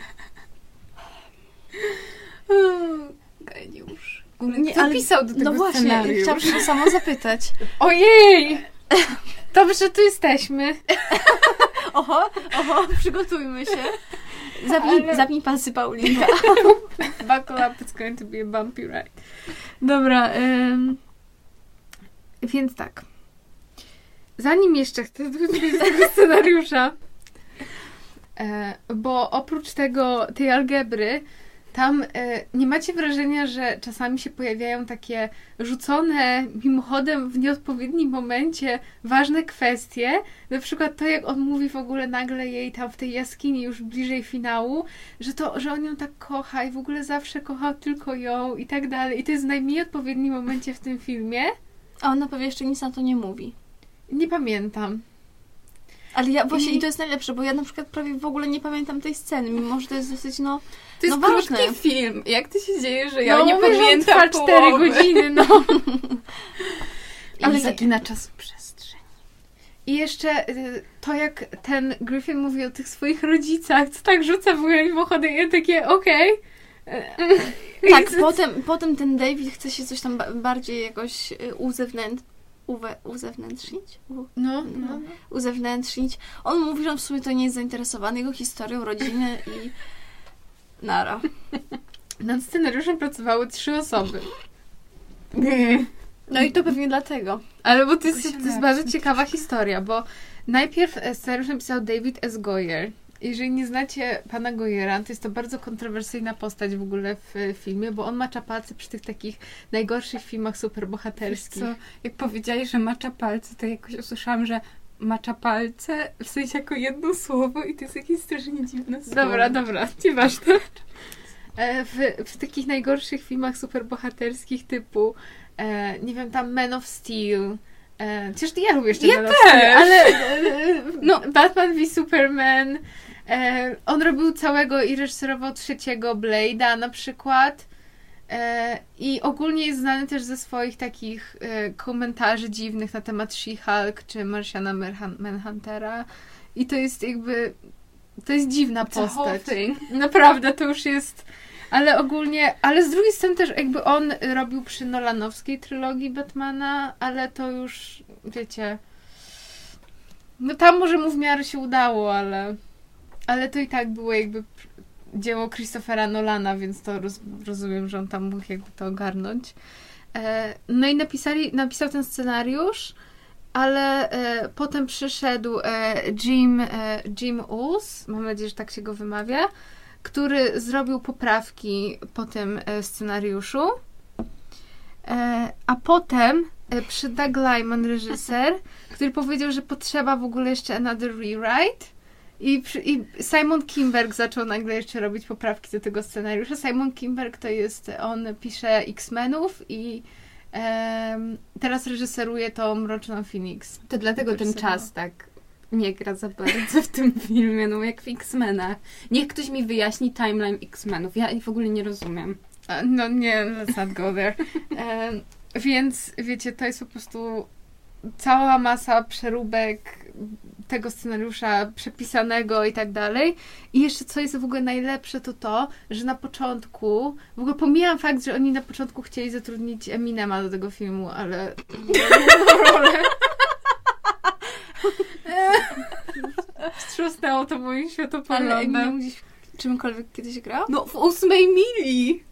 Geniusz. Nie, Kto ale- pisał do tego No właśnie, scenariusz? chciałam się samo zapytać. Ojej! Dobrze, że tu jesteśmy. Oho, oho, przygotujmy się. Zapnij, Ale- zapnij pasy, Paulinka. Buckle up, it's going to be a bumpy ride. Dobra, Ym, więc tak. Zanim jeszcze chcę wrócić do tego scenariusza, e, bo oprócz tego, tej algebry, tam e, nie macie wrażenia, że czasami się pojawiają takie rzucone mimochodem w nieodpowiednim momencie ważne kwestie, na przykład to, jak on mówi w ogóle nagle jej tam w tej jaskini już bliżej finału, że to, że on ją tak kocha i w ogóle zawsze kochał tylko ją i tak dalej. I to jest w najmniej odpowiednim momencie w tym filmie. a ona pewnie jeszcze nic na to nie mówi. Nie pamiętam. Ale ja właśnie, I- i to jest najlepsze, bo ja na przykład prawie w ogóle nie pamiętam tej sceny, mimo że to jest dosyć, no... To jest No krótki ważne. film. Jak to się dzieje, że ja no, nie mówię, że on pamiętam trwa cztery połowy? godziny, no. Ale Ale- zakina czasu przestrzeń. I jeszcze y, to, jak ten Griffin mówi o tych swoich rodzicach, co tak rzuca w ogóle mimochodem, ja takie, okej. Okay. Tak, potem, potem ten David chce się coś tam ba- bardziej jakoś y, uzewnęt... Uwe, uzewnętrznić? U, No, no. no. Uzewnętrznić. On mówi, że on w sumie to nie jest zainteresowany jego historią, rodziny i... Nara. Nad scenariuszem pracowały trzy osoby. No i to pewnie dlatego. Ale bo to jest, To się to jest da. bardzo ciekawa historia, bo najpierw e, scenariusz napisał David S. Goyer. Jeżeli nie znacie pana Goyera, to jest to bardzo kontrowersyjna postać w ogóle w e, filmie, bo on macza palce przy tych takich najgorszych filmach Wiesz superbohaterskich. co, jak powiedziałeś, że macza palce, to jakoś usłyszałam, że macza palce w sensie jako jedno słowo i to jest jakieś strasznie dziwne słowo. Dobra, dobra, nieważne. E, w, w takich najgorszych filmach superbohaterskich typu, e, nie wiem, tam Man of Steel. E, Chociaż ja lubię jeszcze Ja Man of Steel, też. ale e, No. Batman v Superman. E, on robił całego i reżyserował trzeciego Blade'a na przykład. E, I ogólnie jest znany też ze swoich takich e, komentarzy dziwnych na temat She-Hulk czy Martiana Manhun- Manhuntera. I to jest jakby... To jest dziwna It's a whole postać. thing. Naprawdę, to już jest... Ale ogólnie... Ale z drugiej strony też jakby on robił przy nolanowskiej trylogii Batmana, ale to już, wiecie... No tam może mu w miarę się udało, ale... Ale to i tak było jakby dzieło Christophera Nolana, więc to roz, rozumiem, że on tam mógł jakby to ogarnąć. E, no i napisali, napisał ten scenariusz, ale e, potem przyszedł e, Jim, e, Jim Uls, mam nadzieję, że tak się go wymawia, który zrobił poprawki po tym e, scenariuszu. E, a potem e, przyszedł Doug Liman, reżyser, który powiedział, że potrzeba w ogóle jeszcze another rewrite. I, przy, I Simon Kinberg zaczął nagle jeszcze robić poprawki do tego scenariusza. Simon Kinberg to jest, on pisze X-Menów i em, teraz reżyseruje to Mroczną Phoenix. To dlatego ten Reżyserował. czas tak nie gra za bardzo w tym filmie, no jak w X-Menach. Niech ktoś mi wyjaśni timeline X-Menów. Ja w ogóle nie rozumiem. A, no nie, let's not go there. Em, więc wiecie, to jest po prostu cała masa przeróbek tego scenariusza przepisanego i tak dalej. I jeszcze co jest w ogóle najlepsze, to to, że na początku, w ogóle pomijam fakt, że oni na początku chcieli zatrudnić Eminema do tego filmu, ale rolę. Wstrząsnęło to moim Ale światopoglądem. Eminem gdzieś czymkolwiek kiedyś grał? No, w ósmej mili!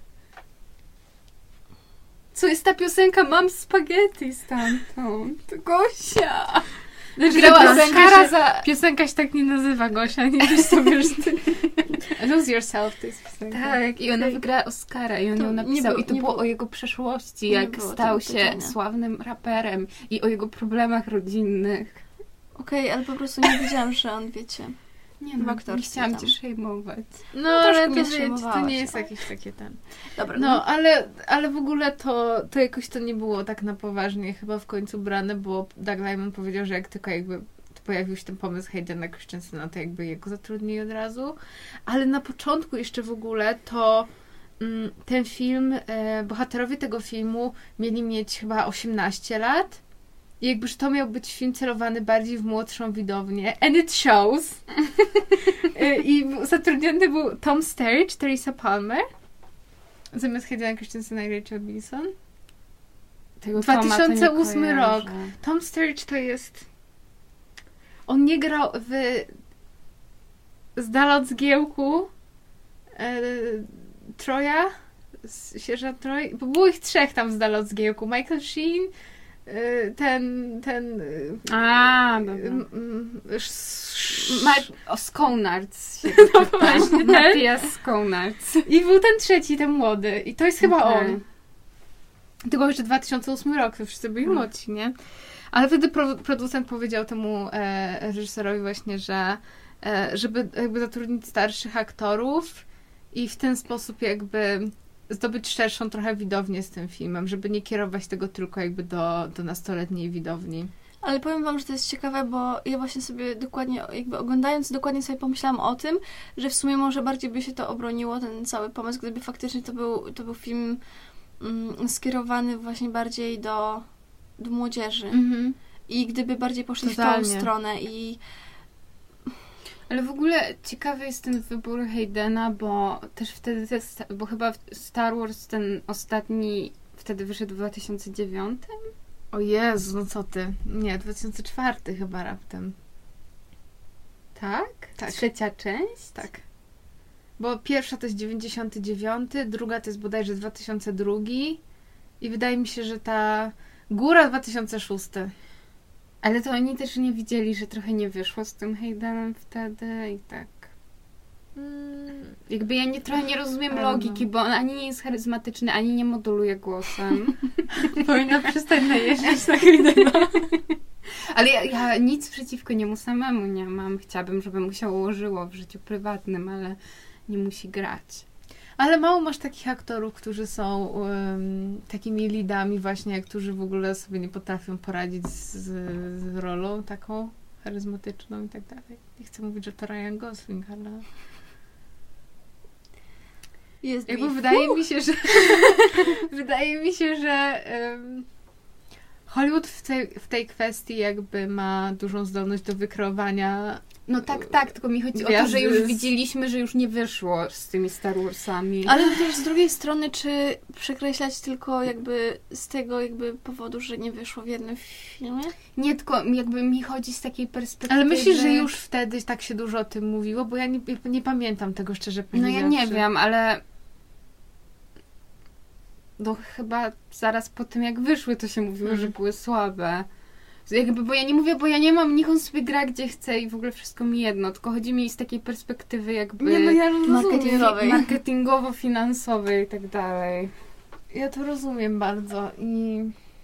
Co jest ta piosenka Mam spaghetti stamtąd? Gosia! Znaczy, Grała piosenka, Oscara się, za... piosenka się tak nie nazywa, Gosia, nie wiesz sobie, że ty... Lose Yourself to jest piosenka. Tak, i ona wygrała Oscara i on To ją nie napisał. było- I to nie było było- o jego przeszłości, nie jak było stał tego się pytania. sławnym raperem i o jego problemach rodzinnych. Okej, okay, ale po prostu nie wiedziałam, że on, wiecie... Nie W no, nie aktorstwie chciałam tam. cię szejmować. No, No, ale troszkę to, mnie wiecie, to przejmowałaś, nie jest ale- jakieś takie ten... Dobra, No, ale, ale w ogóle to, to jakoś to nie było tak na poważnie chyba w końcu brane, bo Doug Liman powiedział, że jak tylko jakby pojawił się ten pomysł Haydena Christensena, to jakby jego zatrudnili od razu. Ale na początku jeszcze w ogóle to mm, ten film, e, bohaterowie tego filmu mieli mieć chyba osiemnaście lat. I jakbyż to miał być film celowany bardziej w młodszą widownię. And it shows. E, I był- zatrudniony był Tom Sturridge, Teresa Palmer. Zamiast Haydena Christensena i Rachel Bilson. Tego dwa Toma to nie tysiące ósmy kojarzę. rok. Tom Sturridge to jest... On nie grał w... Z dala od zgiełku e, Troja, z- sierżant Troj, bo było ich trzech tam z dala od zgiełku. Michael Sheen, e, ten... ten e, A, m- dobra. m- sz- Ma- o Skonards się No czyta. właśnie, ten. Matthias Skonards. I był ten trzeci, ten młody. I to jest chyba Okej. on. Tylko jeszcze dwa tysiące ósmy rok, to wszyscy byli Hmm. młodsi, nie? Ale wtedy pro, producent powiedział temu e, reżyserowi właśnie, że e, żeby jakby zatrudnić starszych aktorów i w ten sposób jakby zdobyć szerszą trochę widownię z tym filmem, żeby nie kierować tego tylko jakby do, do nastoletniej widowni. Ale powiem wam, że to jest ciekawe, bo ja właśnie sobie dokładnie, jakby oglądając, dokładnie sobie pomyślałam o tym, że w sumie może bardziej by się to obroniło, ten cały pomysł, gdyby faktycznie to był, to był film mm, skierowany właśnie bardziej do, do młodzieży. Mhm. I gdyby bardziej poszli w Totalnie. tą stronę i Ale w ogóle ciekawy jest ten wybór Haydena, bo też wtedy, te, sta- bo chyba Star Wars ten ostatni wtedy wyszedł w dwa tysiące dziewiątym? O Jezu, no co ty? Nie, dwa tysiące czwarty chyba raptem. Tak? Tak. Trzecia część? Tak. Bo pierwsza to jest dziewięćdziesiąty dziewiąty, druga to jest bodajże dwa tysiące drugi i wydaje mi się, że ta góra dwa tysiące szósty. Ale to oni też nie widzieli, że trochę nie wyszło z tym Haydenem wtedy i tak. Jakby ja nie, trochę nie rozumiem Ale logiki, no. bo on ani nie jest charyzmatyczny, ani nie moduluje głosem. Powinna przestać najeżdżać na Haydena. Ale ja, ja nic przeciwko niemu samemu nie mam. Chciałabym, żeby mu się ułożyło w życiu prywatnym, ale nie musi grać. Ale mało masz takich aktorów, którzy są um, takimi lidami właśnie, którzy w ogóle sobie nie potrafią poradzić z, z rolą taką charyzmatyczną i tak dalej. Nie chcę mówić, że to Ryan Gosling, ale jest jakby beef. wydaje mi się, że wydaje mi się, że um, Hollywood w tej, w tej kwestii jakby ma dużą zdolność do wykreowania. No tak, tak, tylko mi chodzi o to, Gwiazdy że już z- widzieliśmy, że już nie wyszło z tymi Star Warsami. Ale też z drugiej strony, czy przekreślać tylko jakby z tego jakby powodu, że nie wyszło w jednym filmie? Nie, tylko jakby mi chodzi z takiej perspektywy, Ale myślisz, że już wtedy tak się dużo o tym mówiło? Bo ja nie, nie pamiętam tego, szczerze No ja powiedziawszy. nie wiem, ale no chyba zaraz po tym jak wyszły, to się mówiło, Mhm. że były słabe. Jakby, bo ja nie mówię, bo ja nie mam, niech on sobie gra gdzie chce i w ogóle wszystko mi jedno, tylko chodzi mi z takiej perspektywy jakby Nie, no ja rozumiem. marketingowej. marketingowo-finansowej i tak dalej. Ja to rozumiem bardzo i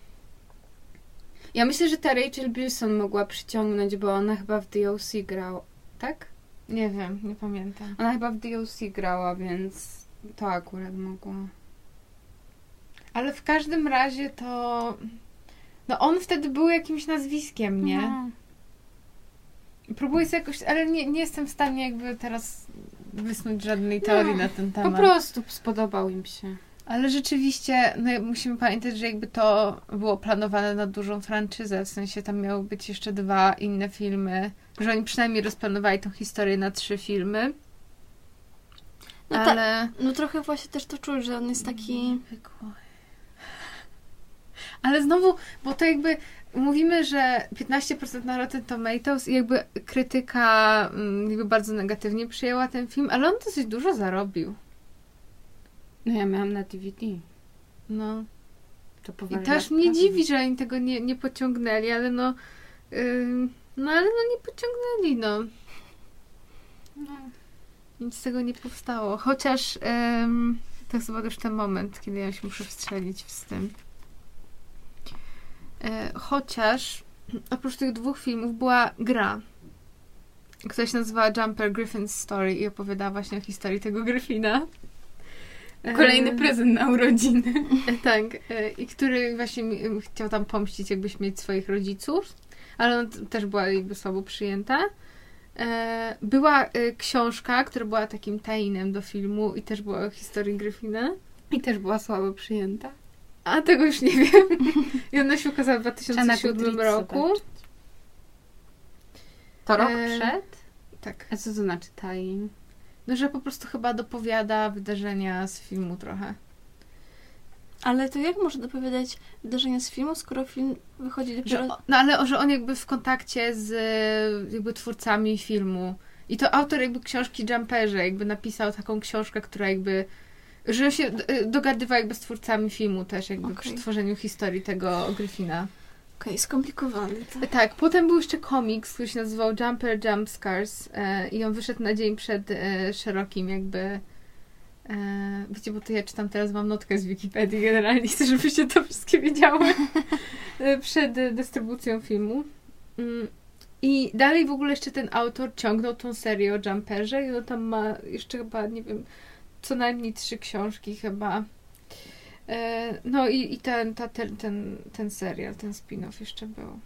Ja myślę, że ta Rachel Bilson mogła przyciągnąć, bo ona chyba w D O C grała, tak? nie wiem, nie pamiętam. Ona chyba w D O C grała, więc to akurat mogła. Ale w każdym razie to... No on wtedy był jakimś nazwiskiem, nie? No. Próbuję sobie jakoś... Ale nie, nie jestem w stanie jakby teraz wysnuć żadnej teorii No, na ten Po temat. prostu spodobał im się. Ale rzeczywiście, no musimy pamiętać, że jakby to było planowane na dużą franczyzę, w sensie tam miały być jeszcze dwa inne filmy, że oni przynajmniej rozplanowali tą historię na trzy filmy. No ta- ale... No trochę właśnie też to czuć, że on jest taki... Ale znowu, bo to jakby mówimy, że piętnaście procent na Rotten Tomatoes i jakby krytyka jakby bardzo negatywnie przyjęła ten film, ale on dosyć dużo zarobił. No ja miałam na D V D. No. To I poważnie. też mnie dziwi, że oni tego nie, nie pociągnęli, ale no yy, no ale no nie pociągnęli, no. no. Nic z tego nie powstało. Chociaż yy, to jest chyba już ten moment, kiedy ja się muszę wstrzelić z tym. Yy, chociaż oprócz tych dwóch filmów była gra, która się nazywała Jumper Griffin's Story i opowiadała właśnie o historii tego Gryfina. Kolejny prezent na urodziny. Tak. I który właśnie chciał tam pomścić jakby śmierć swoich rodziców, ale ona też była jakby słabo przyjęta. Była książka, która była takim tajnem do filmu i też była o historii Gryfina. I też była słabo przyjęta. A tego już nie wiem. I ona się ukazała w dwa tysiące siódmym roku. Zobaczyć. To rok E... przed? Tak. A co to znaczy tajin? No, że po prostu chyba dopowiada wydarzenia z filmu trochę. Ale to jak może dopowiadać wydarzenia z filmu, skoro film wychodzi dopiero... Że, no ale że on jakby w kontakcie z jakby twórcami filmu. I to autor jakby książki Jumperze jakby napisał taką książkę, która jakby że się dogadywa jakby z twórcami filmu też jakby okay. przy tworzeniu historii tego Gryfina. Okej, okay, skomplikowany. To. Tak, potem był jeszcze komiks, który się nazywał Jumper Jump Scars e, i on wyszedł na dzień przed e, szerokim jakby e, wiecie, bo to ja czytam teraz, mam notkę z Wikipedii generalnie, chcę, żebyście to wszystkie wiedziały e, przed e, dystrybucją filmu. Mm. I dalej w ogóle jeszcze ten autor ciągnął tą serię o Jumperze i on tam ma jeszcze chyba, nie wiem, co najmniej trzy książki chyba. No i, i ten, ta, ten, ten, ten serial, ten spin-off jeszcze był.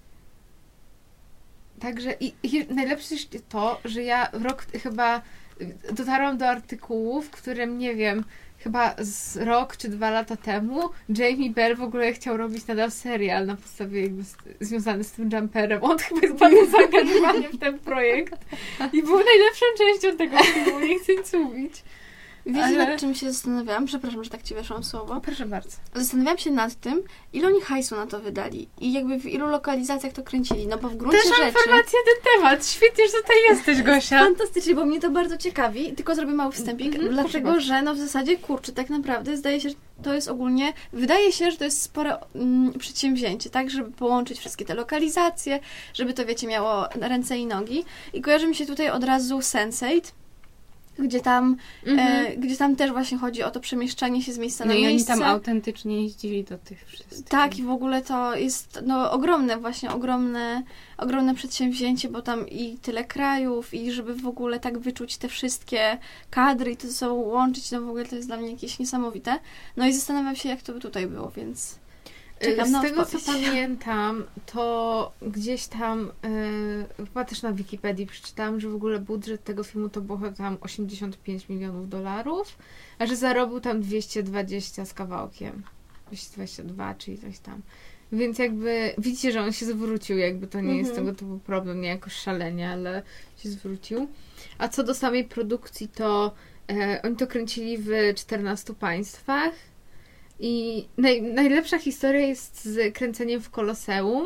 Także i, i najlepsze jest to, że ja rok chyba dotarłam do artykułu, w którym, nie wiem, chyba z rok czy dwa lata temu Jamie Bell w ogóle chciał robić nadal serial na podstawie jakby z, związany z tym Jumperem. On chyba jest bardzo zaangażowany w ten projekt i był najlepszą częścią tego filmu, nie chcę nic mówić. Wiecie, Ale... nad czym się zastanawiałam? Przepraszam, że tak ci weszłam w słowo. Proszę bardzo. Zastanawiałam się nad tym, ile oni hajsu na to wydali i jakby w ilu lokalizacjach to kręcili, no bo w gruncie Też rzeczy... mam informację na ten temat. Świetnie, że tutaj jesteś, Gosia. Fantastycznie, bo mnie to bardzo ciekawi. Tylko zrobię mały wstępik, mm-hmm, dlatego, że no w zasadzie, kurczę, tak naprawdę zdaje się, że to jest ogólnie... Wydaje się, że to jest spore mm, przedsięwzięcie, tak? Żeby połączyć wszystkie te lokalizacje, żeby to, wiecie, miało ręce i nogi. I kojarzy mi się tutaj od razu sense eight, gdzie tam, mm-hmm. e, gdzie tam też właśnie chodzi o to przemieszczanie się z miejsca no na miejsce. No i oni tam autentycznie jeździli do tych wszystkich. Tak, i w ogóle to jest no ogromne właśnie, ogromne, ogromne przedsięwzięcie, bo tam i tyle krajów, i żeby w ogóle tak wyczuć te wszystkie kadry i to ze sobą łączyć, no w ogóle to jest dla mnie jakieś niesamowite. No i zastanawiam się, jak to by tutaj było, więc... Czekam na Z tego, odpowiedź. co pamiętam, to gdzieś tam, yy, chyba też na Wikipedii przeczytałam, że w ogóle budżet tego filmu to było tam osiemdziesiąt pięć milionów dolarów, a że zarobił tam dwieście dwadzieścia z kawałkiem. dwieście dwadzieścia dwa, czyli coś tam. Więc jakby widzicie, że on się zwrócił, jakby to nie mm-hmm. jest tego typu problem, nie jakoś szalenie, ale się zwrócił. A co do samej produkcji, to yy, oni to kręcili w czternastu państwach. I naj, najlepsza historia jest z kręceniem w Koloseum,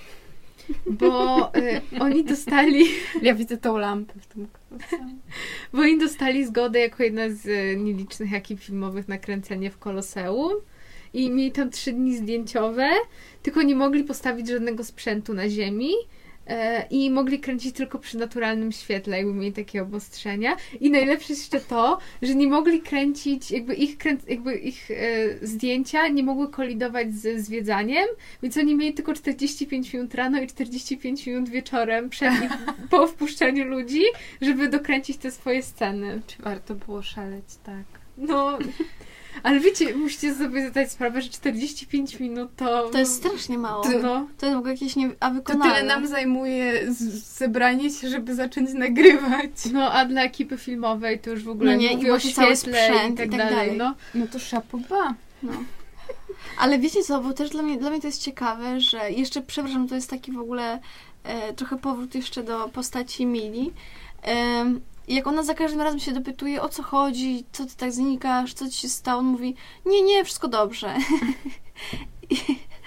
bo y, oni dostali... Ja widzę tą lampę w tym Koloseum. Bo oni dostali zgodę jako jedna z y, nielicznych ekip filmowych na kręcenie w Koloseum i mieli tam trzy dni zdjęciowe, tylko nie mogli postawić żadnego sprzętu na ziemi. I mogli kręcić tylko przy naturalnym świetle, jakby mieli takie obostrzenia. I najlepsze jest jeszcze to, że nie mogli kręcić, jakby ich, kręc, jakby ich e, zdjęcia nie mogły kolidować z zwiedzaniem, więc oni mieli tylko czterdzieści pięć minut rano i czterdzieści pięć minut wieczorem przed i po wpuszczeniu ludzi, żeby dokręcić te swoje sceny. Czy warto było szaleć, tak? No... Ale wiecie, musicie sobie zdać sprawę, że czterdzieści pięć minut to... To jest strasznie mało. To, no. to jest w ogóle jakieś nie... a wykonalne. To tyle nam zajmuje z- zebranie się, żeby zacząć nagrywać. No, a dla ekipy filmowej to już w ogóle no nie, mówię o świetle sprzęt i tak, i tak dalej. dalej. No, no to szapoba. No. Ale wiecie co, bo też dla mnie, dla mnie to jest ciekawe, że jeszcze, przepraszam, to jest taki w ogóle e, trochę powrót jeszcze do postaci Mili. E, jak ona za każdym razem się dopytuje, o co chodzi, co ty tak znikasz, co ci się stało, on mówi, nie, nie, wszystko dobrze. I,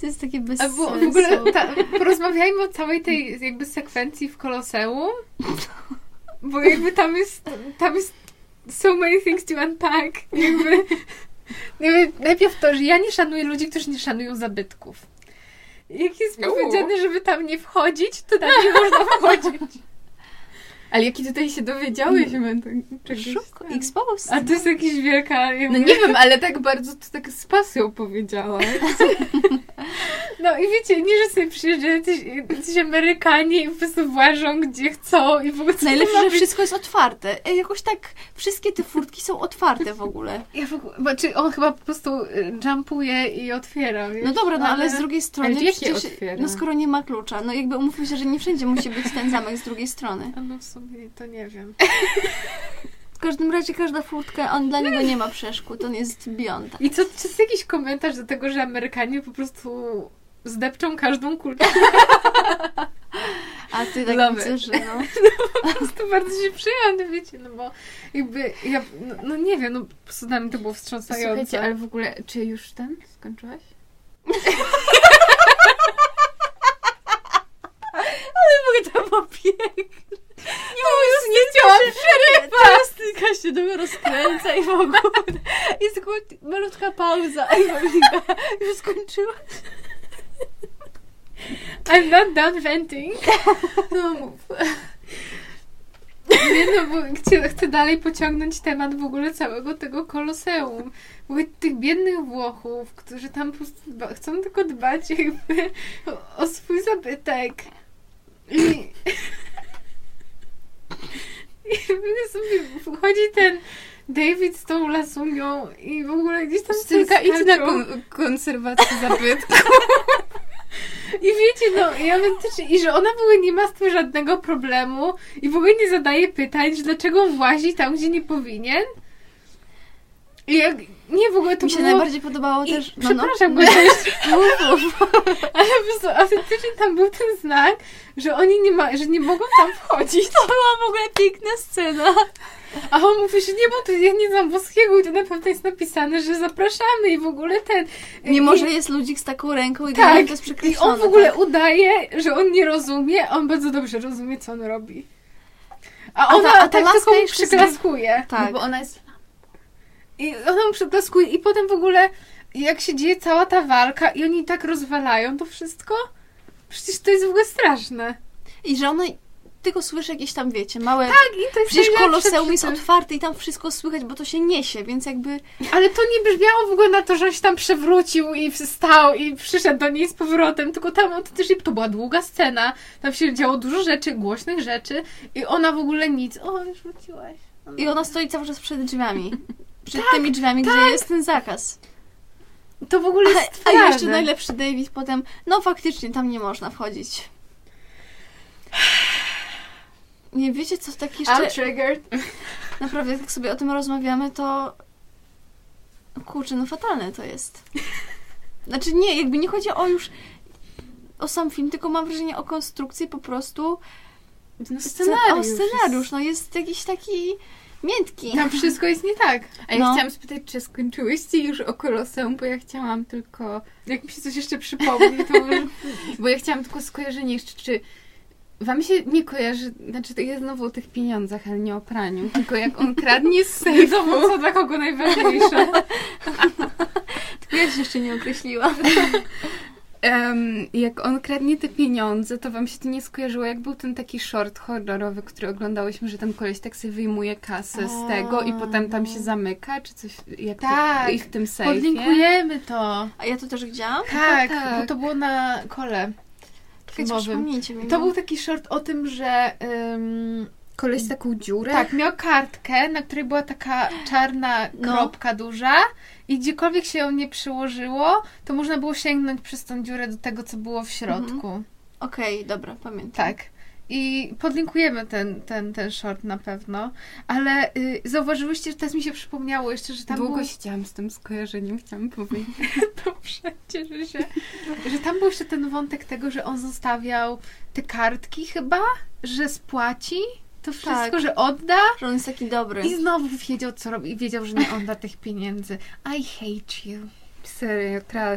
To jest takie bez Albo sensu. w ogóle ta, porozmawiajmy o całej tej jakby sekwencji w Koloseum, bo jakby tam jest, tam jest so many things to unpack. Jakby, jakby najpierw to, że ja nie szanuję ludzi, którzy nie szanują zabytków. Jak jest No. powiedziane, żeby tam nie wchodzić, to tam nie można wchodzić. Ale jaki tutaj się dowiedziałyśmy czegoś Szybko, tam. exposed. A to jest jakaś wielka... No nie wiem, ale tak bardzo to tak z pasją powiedziałaś. No i wiecie, nie, że sobie przyjeżdżają jacyś, jacyś Amerykanie i po prostu włażą gdzie chcą i w ogóle co to Najlepsze, ma że być? wszystko jest otwarte. Ej, jakoś tak wszystkie te furtki są otwarte w ogóle. Ja w ogóle, znaczy on chyba po prostu y, jumpuje i otwiera, wiesz? No dobra, no ale z drugiej strony Ale jakie przecież, otwiera? no skoro nie ma klucza, no jakby umówmy się, że nie wszędzie musi być ten zamek z drugiej strony. A no w sumie to nie wiem. W każdym razie każda furtka, on dla niego nie ma przeszkód, on jest beyond. I co, czy jest jakiś komentarz do tego, że Amerykanie po prostu zdepczą każdą kulturę? A ty tak Love widzę, it. że no... Po prostu bardzo się przyjęłam, no wiecie, no bo jakby ja, no, no nie wiem, no po prostu dla mnie to było wstrząsające. Słuchajcie, ale w ogóle, czy już ten skończyłaś? Mogę to było pięknie. Nie mogę, nie chciałam przerywać. Teraz tylko się do rozkręca i w ogóle jest tylko malutka pauza. I Ewelina już skończyła. I'm not done venting. No mów. Nie no, bo chcę, chcę dalej pociągnąć temat w ogóle całego tego Koloseum. W ogóle tych biednych Włochów, którzy tam po prostu dba, chcą tylko dbać jakby o, o swój zabytek. I... I sobie wchodzi ten David z tą lasunią i w ogóle gdzieś tam Tylko idź na skaczą. kon- konserwację zabytku. I wiecie, no, ja bym też, i że ona w ogóle nie ma z tym żadnego problemu i w ogóle nie zadaje pytań, że dlaczego on włazi tam, gdzie nie powinien. I jak, nie, w ogóle to Mi się było... najbardziej podobało I, też... No, no. przepraszam, go też, ale po prostu autentycznie tam był ten znak, że oni nie ma, że nie mogą tam wchodzić. To była w ogóle piękna scena. A on mówi, że nie, bo to ja nie znam włoskiego i to na pewno jest napisane, że zapraszamy i w ogóle ten... Mimo, I, że jest ludzik z taką ręką i tak, to jest i przekreślone. on w ogóle tak. udaje, że on nie rozumie, a on bardzo dobrze rozumie, co on robi. A A ona ta- a ta tak laska tylko mu jeszcze przyklaskuje. Tak. No bo ona jest... I ona mu przyklaskuje i potem w ogóle jak się dzieje cała ta walka i oni tak rozwalają to wszystko, przecież to jest w ogóle straszne. I że ona tylko słyszy jakieś tam, wiecie, małe... Tak, i to jest Przecież najlepsze Koloseum przy jest tym. otwarte i tam wszystko słychać, bo to się niesie, więc jakby... Ale to nie brzmiało w ogóle na to, że on się tam przewrócił i wstał i przyszedł do niej z powrotem, tylko tam autentycznie to była długa scena, tam się działo dużo rzeczy, głośnych rzeczy i ona w ogóle nic. O, już wróciłaś. I ona stoi cały czas przed drzwiami. Przed tymi drzwiami, gdzie jest ten zakaz. To w ogóle A, jest a jeszcze twarde. najlepszy David potem, no faktycznie tam nie można wchodzić. Nie wiecie, co tak jeszcze... I'm triggered. Naprawdę, jak tak sobie o tym rozmawiamy, to... Kurczę, no fatalne to jest. Znaczy nie, jakby nie chodzi o już... o sam film, tylko mam wrażenie o konstrukcję po prostu... No, O scenariusz, no jest jakiś taki miętki. Tam wszystko jest nie tak. A ja No. chciałam spytać, czy skończyłyście już o Koloseum, bo ja chciałam tylko... Jak mi się coś jeszcze przypomni, to może... Bo ja chciałam tylko skojarzenie jeszcze, czy wam się nie kojarzy, znaczy to jest znowu o tych pieniądzach, ale nie o praniu, tylko jak on kradnie z Wiadomo, sejfu, co dla kogo najważniejsze. Tylko ja się jeszcze nie określiłam. um, jak on kradnie te pieniądze, to wam się to nie skojarzyło, jak był ten taki short horrorowy, który oglądałyśmy, że ten koleś tak sobie wyjmuje kasę z tego i potem tam się zamyka, czy coś, jak Tak. to, i w tym sejfie. Podlinkujemy to. A ja to też widziałam? Tak, tak. bo to było na kole Czekajcie, filmowym. przypomnijcie mi. To no. był taki short o tym, że ym, Koleś z taką dziurę? tak, miał kartkę, na której była taka czarna No. kropka duża i gdziekolwiek się ją nie przyłożyło, to można było sięgnąć przez tą dziurę do tego, co było w środku. Okej, dobra, pamiętam. Tak. I podlinkujemy ten, ten, ten short na pewno. Ale y, zauważyłyście, że teraz mi się przypomniało jeszcze, że tam Długo było... siedziałam z tym skojarzeniem, chciałam powiedzieć. Dobrze, cieszę się. Że tam był jeszcze ten wątek tego, że on zostawiał te kartki chyba, że spłaci to wszystko, Tak. że odda. Że on jest taki dobry. I znowu wiedział, co robi. I wiedział, że nie odda tych pieniędzy. I hate you. Serio, trash.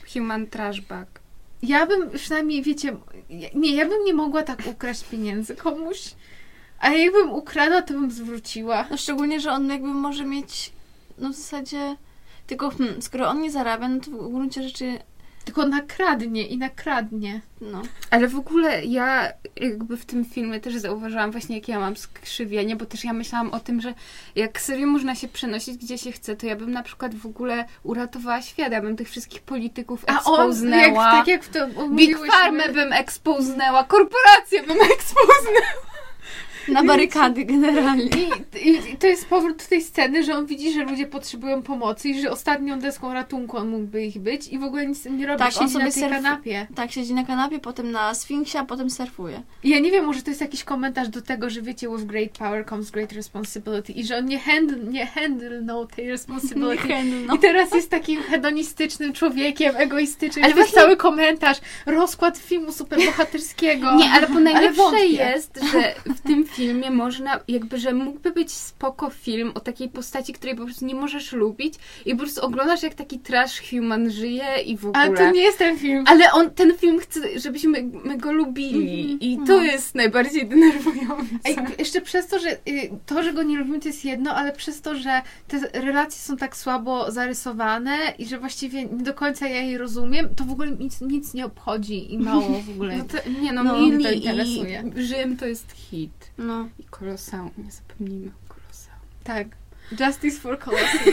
human trash bag. Ja bym przynajmniej, wiecie, nie, ja bym nie mogła tak ukraść pieniędzy komuś, a jakbym ukradła, to bym zwróciła. No szczególnie, że on jakby może mieć, no w zasadzie, tylko hmm, skoro on nie zarabia, no to w gruncie rzeczy, Tylko nakradnie i nakradnie. no. Ale w ogóle ja jakby w tym filmie też zauważyłam właśnie, jakie ja mam skrzywienie, bo też ja myślałam o tym, że jak serio można się przenosić gdzie się chce, to ja bym na przykład w ogóle uratowała świat. Ja bym tych wszystkich polityków A on, jak, ekspoznęła. tak jak w to Big mówiłyśmy- Pharmę bym ekspoznęła, korporację bym ekspoznęła. Na barykady generalnie. I, i, I to jest powrót do tej sceny, że on widzi, że ludzie potrzebują pomocy i że ostatnią deską ratunku on mógłby ich być i w ogóle nic z tym nie robi, Tak, siedzi on sobie na tej surf- kanapie. Tak, siedzi na kanapie, potem na sfinksie, a potem surfuje. I ja nie wiem, może to jest jakiś komentarz do tego, że wiecie, with great power comes great responsibility i że on nie handle, nie handle no tej responsibility. No. I teraz jest takim hedonistycznym człowiekiem, egoistycznym. Ale Ale jest właśnie- cały komentarz, rozkład filmu superbohaterskiego. Nie, ale po najlepsze wątpię. jest, że w tym filmie można, jakby, że mógłby być spoko film o takiej postaci, której po prostu nie możesz lubić i po prostu oglądasz, jak taki trash human żyje i w ogóle. Ale to nie jest ten film. Ale on, ten film chce, żebyśmy my go lubili Mhm. i to jest najbardziej denerwujące. Ej, jeszcze przez to, że y, to, że go nie lubimy, to jest jedno, ale przez to, że te relacje są tak słabo zarysowane i że właściwie nie do końca ja je rozumiem, to w ogóle nic, nic nie obchodzi i mało w ogóle. No to, nie no, No, Mili mnie to i interesuje. Rzym to jest hit. No. I Koloseum, nie zapomnijmy o Koloseum. Tak. Justice for Colosseum.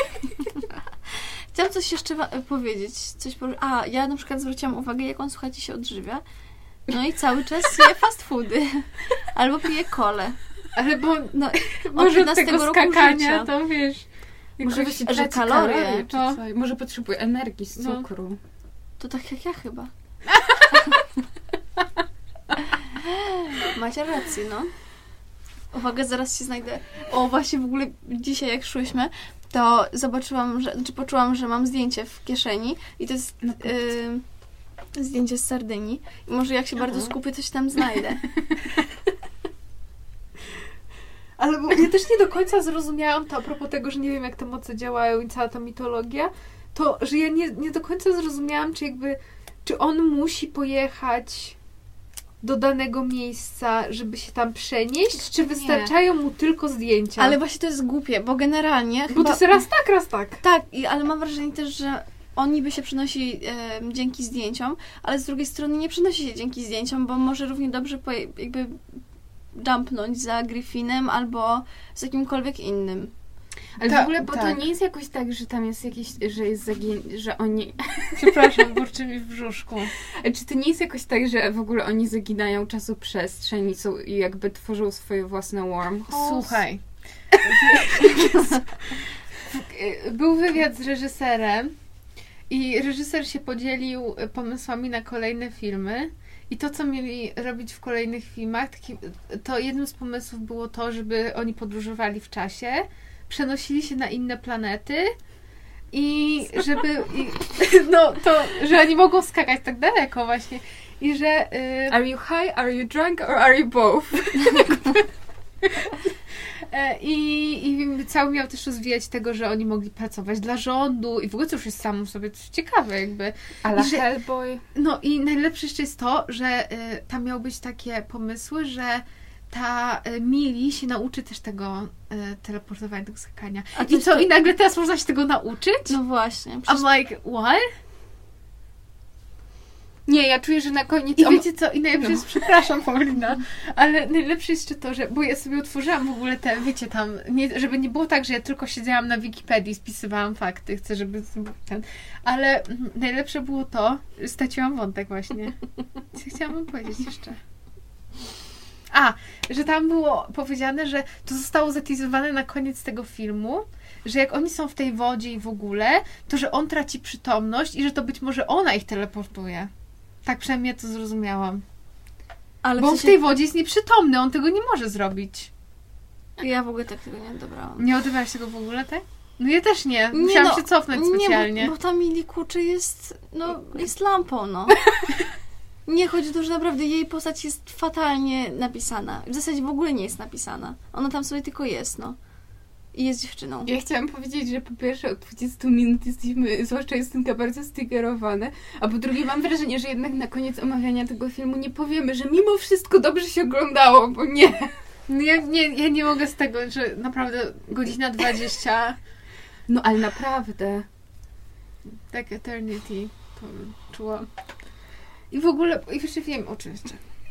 Chciałam coś jeszcze wa- powiedzieć. Coś poru- A, ja na przykład zwróciłam uwagę, jak on, słuchajcie, się odżywia. No i cały czas je fast foody. Albo pije kolę. Ale bo No, może od piętnastego tego roku skakania, życia. to wiesz... Może jakoś- właśnie że traci kalorie, kalorie czy no. coś. Może potrzebuje energii z No. cukru. To tak jak ja chyba. Macie rację, no. Uwaga, zaraz się znajdę. O, właśnie w ogóle dzisiaj jak szłyśmy, to zobaczyłam, że, znaczy poczułam, że mam zdjęcie w kieszeni i to jest Na półce. y, zdjęcie z Sardynii. I może jak się Aha. bardzo skupię, coś tam znajdę. Ale bo ja też nie do końca zrozumiałam to a propos tego, że nie wiem, jak te moce działają i cała ta mitologia, to, że ja nie, nie do końca zrozumiałam, czy jakby, czy on musi pojechać do danego miejsca, żeby się tam przenieść, czy Nie. wystarczają mu tylko zdjęcia? Ale właśnie to jest głupie, bo generalnie Bo chyba... to jest raz tak, raz tak. Tak, i, ale mam wrażenie też, że on niby się przenosi e, dzięki zdjęciom, ale z drugiej strony nie przenosi się dzięki zdjęciom, bo może równie dobrze poje, jakby jumpnąć za Griffinem albo z jakimkolwiek innym. Ale Ta- w ogóle, bo tak. to nie jest jakoś tak, że tam jest jakieś, że jest zagin... że oni... Przepraszam, burczy mi w brzuszku. Czy to nie jest jakoś tak, że w ogóle oni zaginają czasoprzestrzeń i, są, i jakby tworzą swoje własne wormholes? Słuchaj. Był wywiad z reżyserem i reżyser się podzielił pomysłami na kolejne filmy. I to, co mieli robić w kolejnych filmach, taki, to jednym z pomysłów było to, żeby oni podróżowali w czasie, przenosili się na inne planety i żeby... I, no, to, że oni mogą skakać tak daleko właśnie. I że... Y, Are you high, are you drunk, or are you both? E, I, I cały miał też rozwijać tego, że oni mogli pracować dla rządu i w ogóle to już jest samo w sobie coś ciekawe jakby. A I że- Hellboy? No i najlepsze jeszcze jest to, że y, tam miały być takie pomysły, że ta y, Mili się nauczy też tego y, teleportowania, tego skakania. A I coś co? to- I nagle teraz można się tego nauczyć? No właśnie. Przecież I'm like, what? Nie, ja czuję, że na koniec... I on- wiecie co? I najlepsze jest, przepraszam Paulina, ale najlepsze jest jeszcze to, że, bo ja sobie utworzyłam w ogóle te, wiecie tam, nie, żeby nie było tak, że ja tylko siedziałam na Wikipedii, spisywałam fakty, chcę, żeby ten, ale mm, najlepsze było to, straciłam wątek właśnie. Co chciałam wam powiedzieć jeszcze? A, że tam było powiedziane, że to zostało zateasowane na koniec tego filmu, że jak oni są w tej wodzie i w ogóle, to że on traci przytomność i że to być może ona ich teleportuje. Tak przynajmniej ja to zrozumiałam. ale Bo w on w sensie, tej wodzie jest nieprzytomny, on tego nie może zrobić. ja w ogóle tak tego nie odebrałam. Nie odebrałaś tego w ogóle, tak? No ja też nie. Musiałam no, się cofnąć specjalnie. Nie, bo, bo ta Mili Kuczy jest, no, jest lampą, no. Nie, chodzi o to, że naprawdę jej postać jest fatalnie napisana. W zasadzie w ogóle nie jest napisana. Ona tam sobie tylko jest, no. I jest dziewczyną. Ja chciałam powiedzieć, że po pierwsze od dwudziestu minut jesteśmy, zwłaszcza Justynka, bardzo styggerowane, a po drugie mam wrażenie, że jednak na koniec omawiania tego filmu nie powiemy, że mimo wszystko dobrze się oglądało, bo nie. No ja nie, ja nie mogę z tego, że naprawdę godzina dwadzieścia. No ale naprawdę. Tak eternity to czułam. I w ogóle, i jeszcze wiem oczywiście.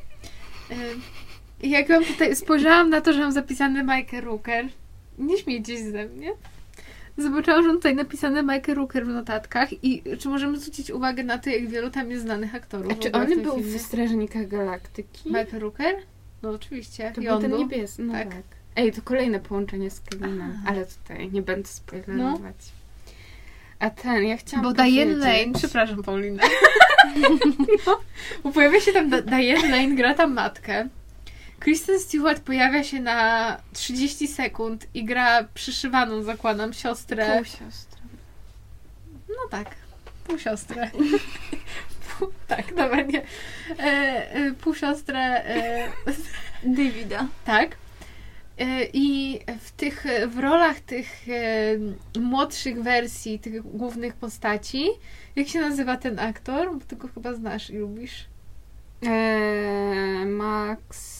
I jak mam tutaj, spojrzałam na to, że mam zapisany Michael Rooker. Nie śmiejcie ze mnie. Zobaczyłam, że mam tutaj napisane Michael Rooker w notatkach i czy możemy zwrócić uwagę na to, jak wielu tam jest znanych aktorów. A czy on był filmie? W Strażnikach Galaktyki? Michael Rooker? No oczywiście. To I był on ten był? niebieski, no tak. tak. Ej, to kolejne połączenie z Kevinem, ale tutaj nie będę spoilerować. No. A ten, ja chciałam Bo powiedzieć... Diane Lane, przepraszam Paulina. No, bo pojawia się tam Diane Lane, gra tam matkę. Kristen Stewart pojawia się na trzydzieści sekund i gra przyszywaną, zakładam, siostrę. Półsiostrę. No tak, półsiostrę. Pół, tak, dobra, nie. E, e, półsiostrę e, Davida. Tak. E, I w tych, w rolach tych e, młodszych wersji, tych głównych postaci, jak się nazywa ten aktor? Bo ty go chyba znasz i lubisz. E, Max...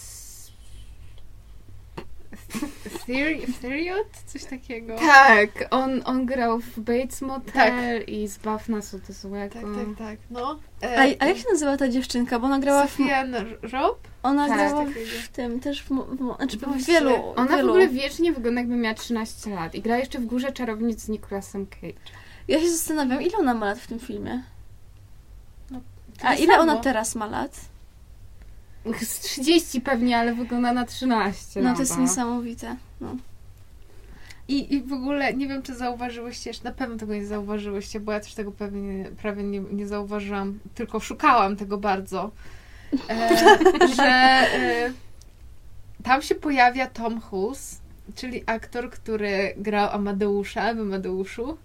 Theriot? Coś takiego. Tak, on, on grał w Bates Motel tak. i zbaw nas od złego. Tak, tak, tak. No. E, a, a jak się nazywa ta dziewczynka? Bo ona grała Sofia w... Rob? Ona tak, grała tak, w tym też w, w, znaczy w w wielu. Ona wielu. w ogóle wiecznie wygląda, jakby miała trzynaście lat i gra jeszcze w Górze Czarownic z Nicolasem Cage. Ja się zastanawiam, ile ona ma lat w tym filmie? No, a ile samo. ona teraz ma lat? Z trzydzieści pewnie, ale wygląda na trzynaście. No to jest niesamowite. No. I, I w ogóle nie wiem, czy zauważyłyście, na pewno tego nie zauważyłyście, bo ja też tego pewnie prawie nie, nie zauważyłam, tylko szukałam tego bardzo, e, że e, tam się pojawia Tom Hus, czyli aktor, który grał Amadeusza w Amadeuszu.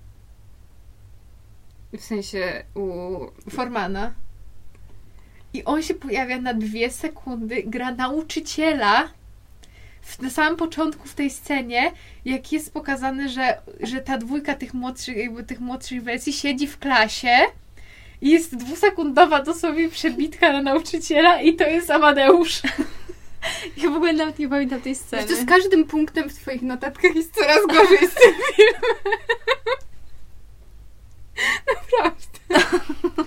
W sensie u Formana. I on się pojawia na dwie sekundy, gra nauczyciela w, na samym początku w tej scenie, jak jest pokazane, że, że ta dwójka tych młodszych, jakby tych młodszych wersji siedzi w klasie i jest dwusekundowa dosłownie przebitka na nauczyciela i to jest Amadeusz. Ja w ogóle nawet nie pamiętam tej sceny. To z każdym punktem w twoich notatkach jest coraz gorzej z tym filmem. Naprawdę.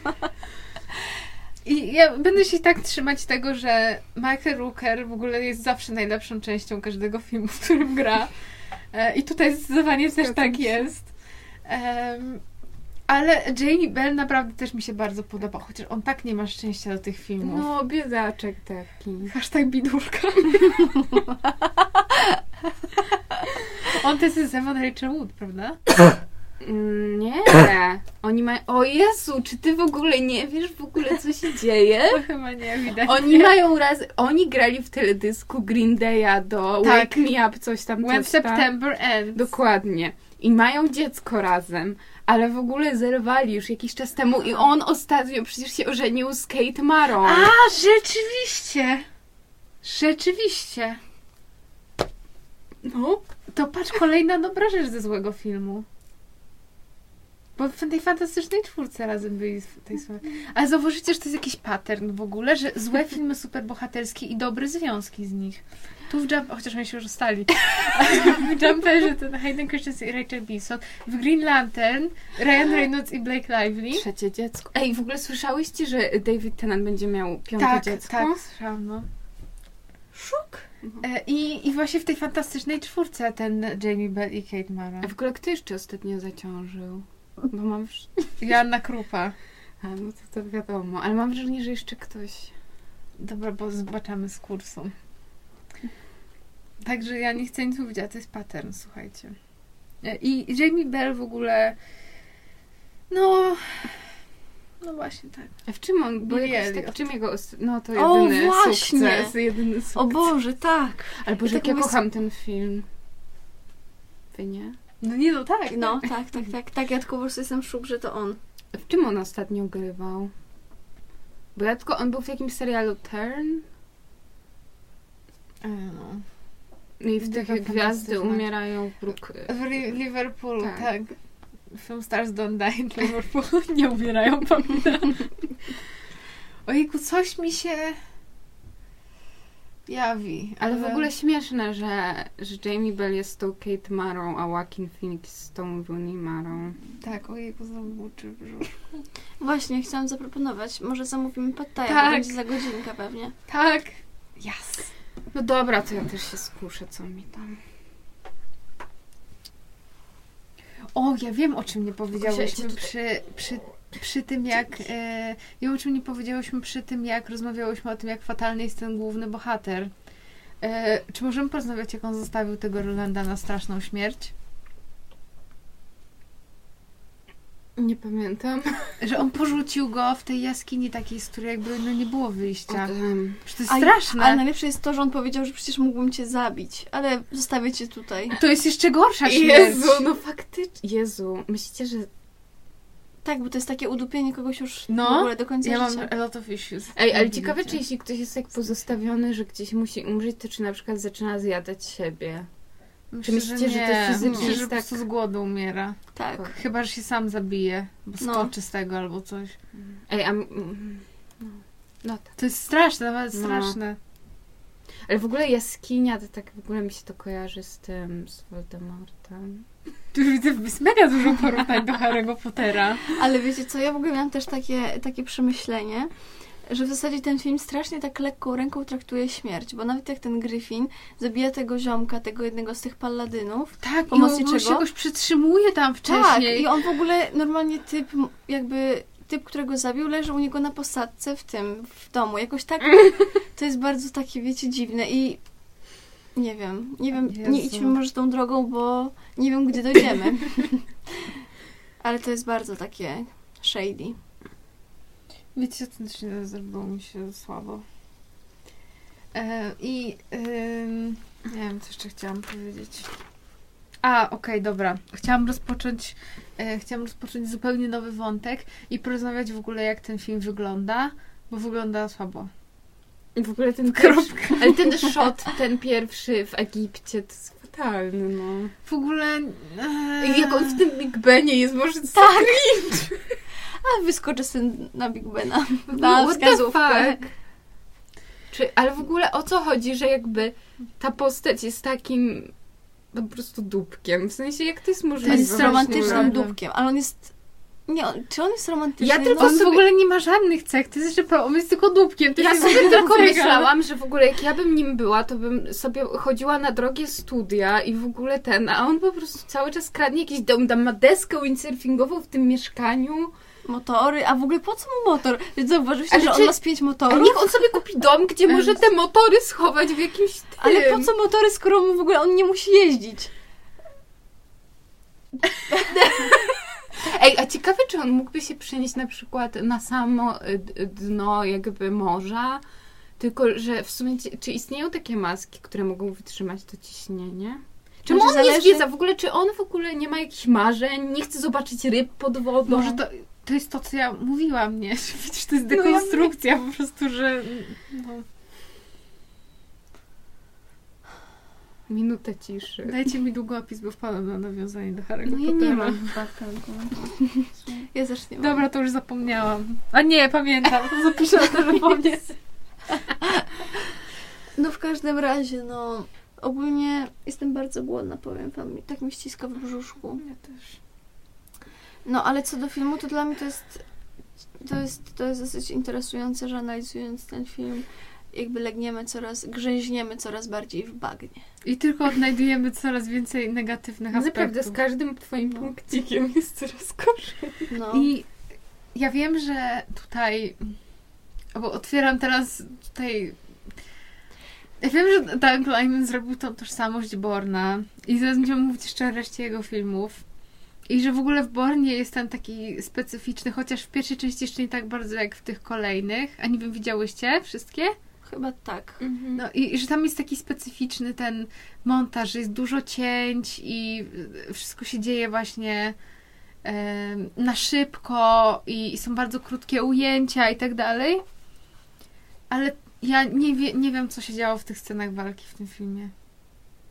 I ja będę się tak trzymać tego, że Michael Rooker w ogóle jest zawsze najlepszą częścią każdego filmu, w którym gra. E, I tutaj zdecydowanie też tak jest. Um, ale Jamie Bell naprawdę też mi się bardzo podoba, chociaż on tak nie ma szczęścia do tych filmów. No, biedaczek taki. Hashtag biduszka. On też jest Evan Rachel Wood, prawda? Nie. Oni mają... O Jezu, czy ty w ogóle nie wiesz w ogóle, co się dzieje? To chyba nie, widać. Oni mają raz... Oni grali w teledysku Green Day'a do tak. Wake Me Up, coś tam, When coś tam. September Ends. Dokładnie. I mają dziecko razem, ale w ogóle zerwali już jakiś czas temu i on ostatnio przecież się ożenił z Kate Marą. A, rzeczywiście! Rzeczywiście. No. To patrz, kolejna dobra rzecz ze złego filmu. Bo w tej fantastycznej czwórce razem byli w tej słabej. Ale zauważycie, że to jest jakiś pattern w ogóle, że złe filmy superbohaterskie i dobre związki z nich. Tu w Jump... Chociaż oni się już rozstali. W Jumperze ten Hayden Christensen i Rachel Bilson. W Green Lantern Ryan Reynolds i Blake Lively. Trzecie dziecko. Ej, w ogóle słyszałyście, że David Tennant będzie miał piąte tak, dziecko? Tak, słyszałam, no. Szok. E, I, I właśnie w tej fantastycznej czwórce ten Jamie Bell i Kate Mara. A w ogóle kto jeszcze ostatnio zaciążył? Bo mam... Joanna Krupa. A, no to, to wiadomo. Ale mam wrażenie, że jeszcze ktoś... Dobra, bo zobaczamy z kursu. Także ja nie chcę nic mówić, ale to jest pattern, słuchajcie. I Jamie Bell w ogóle no no właśnie tak. A w czym on, bo Billy jakoś tak, Elliot. w czym jego, os- no to O, jedyny właśnie. sukces, jedyny sukces. O Boże, tak. Albo, że tak jak ja mówię- kocham ten film. Wy nie? No nie, no tak. No, tak, tak, tak. Tak, ja tylko po prostu jestem w szoku, że to on. W czym on ostatnio grywał? Bo ja tylko, on był w jakimś serialu Turn? E, no. I w tych Taka gwiazdy fantastyczna. umierają w Brook... W Ri- Liverpoolu, Tak. tak. Film Stars Don't Die in Liverpool. Nie umierają, pamiętam. Ojejku, coś mi się jawi. Ale w ogóle śmieszne, że, że Jamie Bell jest z tą Kate Marą, a Joaquin Phoenix z tą Rooney Marą. Tak, ojejku, znowu buczy w brzuszku. Właśnie, chciałam zaproponować. Może zamówimy pad thai, Tak. bo będzie za godzinkę pewnie. Tak. Yes. No dobra, to ja też się skuszę, co mi tam. O, ja wiem, o czym nie powiedziałyśmy Siedźcie przy, przy, przy tym, jak... E, ja wiem, o czym nie powiedziałyśmy przy tym, jak rozmawiałyśmy o tym, jak fatalny jest ten główny bohater. E, czy możemy porozmawiać, jak on zostawił tego Rolanda na straszną śmierć? Nie pamiętam. Że on porzucił go w tej jaskini takiej, z której jakby no, nie było wyjścia. Potem... Że to jest A- straszne. Ale najlepsze jest to, że on powiedział, że przecież mógłbym cię zabić, ale zostawię cię tutaj. To jest jeszcze gorsza śmierć. Jezu, no faktycznie. Jezu, myślicie, że... Tak, bo to jest takie udupienie kogoś już No, w ogóle do końca Ja mam życia. a lot of issues. Ej, ale Widzicie? ciekawe, czy jeśli ktoś jest tak pozostawiony, że gdzieś musi umrzeć, to czy na przykład zaczyna zjadać siebie? Myślę, myślicie, że to nie. fizycznie Myślę, jest że po tak- prostu z głodu umiera. Tak. Chyba, że się sam zabije, bo No. skoczy z tego albo coś. Ej, a... mm, No, no tak. To jest straszne, nawet No. straszne. Ale w ogóle jaskinia, to tak w ogóle mi się to kojarzy z tym, z Voldemortem. Tu już widzę, jest mega dużo porównań do Harry'ego Pottera. Ale wiecie co, ja w ogóle miałam też takie, takie przemyślenie, że w zasadzie ten film strasznie tak lekką ręką traktuje śmierć, bo nawet jak ten Gryffin zabija tego ziomka, tego jednego z tych palladynów, Tak, Pomocy i on, on się czego? jakoś przytrzymuje tam tak, wcześniej. i on w ogóle normalnie typ, jakby typ, którego zabił, leży u niego na posadce w tym, w domu. Jakoś tak, to jest bardzo takie, wiecie, dziwne i nie wiem, nie wiem, nie Jezu. idźmy może tą drogą, bo nie wiem, gdzie dojdziemy. Ale to jest bardzo takie shady. Wiecie, co też nie zrobiło mi się słabo. E, I ym, nie wiem, co jeszcze chciałam powiedzieć. A, okej, dobra. Chciałam rozpocząć e, chciałam rozpocząć zupełnie nowy wątek i porozmawiać w ogóle, jak ten film wygląda, bo wygląda słabo. I w ogóle ten Kropka. pierwszy, ale ten shot, ten pierwszy w Egipcie, to jest fatalny, no. W ogóle... E, I jak on w tym Big Benie jest, może Tak! A wyskoczę sobie na Big Bena. Na No, what the wskazówkę. fuck? Czy, ale w ogóle o co chodzi, że jakby ta postać jest takim no, po prostu dupkiem? W sensie, jak to jest możliwe? On jest właśnie romantycznym problem. dupkiem, ale on jest... Nie, on, czy on jest romantyczny? Ja tylko no, On w sobie- ogóle nie ma żadnych cech, to jest jeszcze problem, on jest tylko dupkiem. To Ja jest sobie jedyna tylko cecha. myślałam, że w ogóle jak ja bym nim była, to bym sobie chodziła na drogie studia i w ogóle ten, a on po prostu cały czas kradnie jakiś dom, tam ma deskę windsurfingową w tym mieszkaniu. motory, a w ogóle po co mu motor? Zauważyliście, Ale że on czy- ma z pięć A motorów? niech on sobie kupi dom, gdzie może te motory schować w jakimś tym. Ale po co motory, skoro mu w ogóle on nie musi jeździć? Ej, a ciekawe, czy on mógłby się przenieść na przykład na samo y, d- dno jakby morza, tylko że w sumie, ci- czy istnieją takie maski, które mogą wytrzymać to ciśnienie? Czy Może on nie zależy- zwiedza? W ogóle, czy on w ogóle nie ma jakichś marzeń, nie chce zobaczyć ryb pod wodą? Może to, to jest to, co ja mówiłam, nie? Że widzisz, to jest No ja dekonstrukcja po prostu, że... No. Minutę ciszy. Dajcie mi długopis, bo wpadam na nawiązanie do Harry'ego No ja Pottera. nie mam takiego. Ja też nie mam. Dobra, to już zapomniałam. A nie, pamiętam. To zapiszę na telefonie. No w każdym razie, no ogólnie jestem bardzo głodna, powiem wam. I tak mi ściska w brzuszku. Ja też. No ale co do filmu, to dla mnie to jest to jest, to jest dosyć interesujące, że analizując ten film jakby legniemy coraz, grzęźniemy coraz bardziej w bagnie. I tylko odnajdujemy coraz więcej negatywnych aspektów. Naprawdę, z każdym twoim No. punkcikiem jest coraz gorzej. No. I ja wiem, że tutaj, bo otwieram teraz tutaj, ja wiem, że Doug Liman zrobił tą tożsamość Borna i zaraz będziemy mówić jeszcze o reszcie jego filmów. I że w ogóle w Bornie jest ten taki specyficzny, chociaż w pierwszej części jeszcze nie tak bardzo jak w tych kolejnych. A nie wiem, widziałyście wszystkie? Chyba tak. No i, i że tam jest taki specyficzny ten montaż, że jest dużo cięć i wszystko się dzieje właśnie e, na szybko i, i są bardzo krótkie ujęcia i tak dalej. Ale ja nie, wie, nie wiem, co się działo w tych scenach walki w tym filmie.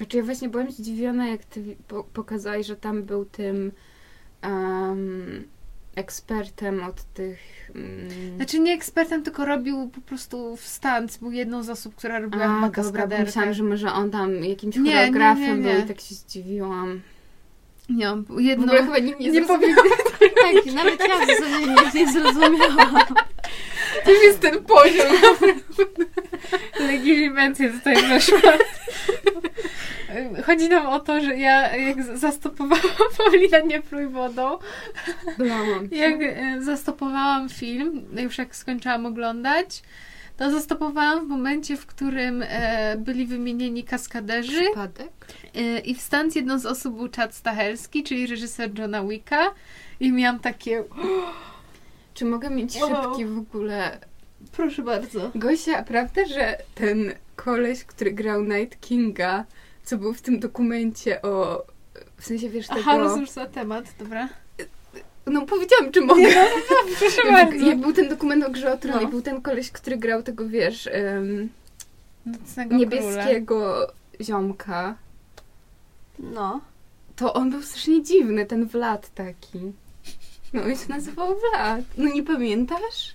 Znaczy ja właśnie byłam zdziwiona, jak ty po- pokazałeś, że tam był tym um, ekspertem od tych... Um... Znaczy nie ekspertem, tylko robił po prostu w stand. Był jedną z osób, która robiła A, chyba dobra, bo kaskaderkę. myślałam, że może on tam jakimś Nie, nie, choreografem nie, nie. był i tak się zdziwiłam. Nie, on był W jedną... ogóle chyba nikt nie, nie zrozumiał. Tak, nawet ja w zasadzie nie, nie zrozumiałam. To jest ten poziom. Negligencja tutaj weszła. Chodzi nam o to, że ja jak zastopowałam Paulina, nie pluj wodą. Byłam. Jak e, zastopowałam film, już jak skończyłam oglądać, to zastopowałam w momencie, w którym e, byli wymienieni kaskaderzy. Przypadek? E, I w stand jedną z osób był Chad Stahelski, czyli reżyser Johna Wicka. I miałam takie... Czy mogę mieć Wow. szybki w ogóle... Proszę bardzo. Gosia, a prawda, że ten koleś, który grał Night Kinga, co był w tym dokumencie o... W sensie, wiesz, tego... Aha, rozumiem za temat, dobra. No powiedziałam, czy mogę. No, no, proszę bardzo. Jak był ten dokument o Grze o Tron No. i był ten koleś, który grał tego, wiesz, um, Nocnego niebieskiego króla. ziomka, No. to on był strasznie dziwny, ten Vlad taki. No i się nazywał Vlad. No nie pamiętasz?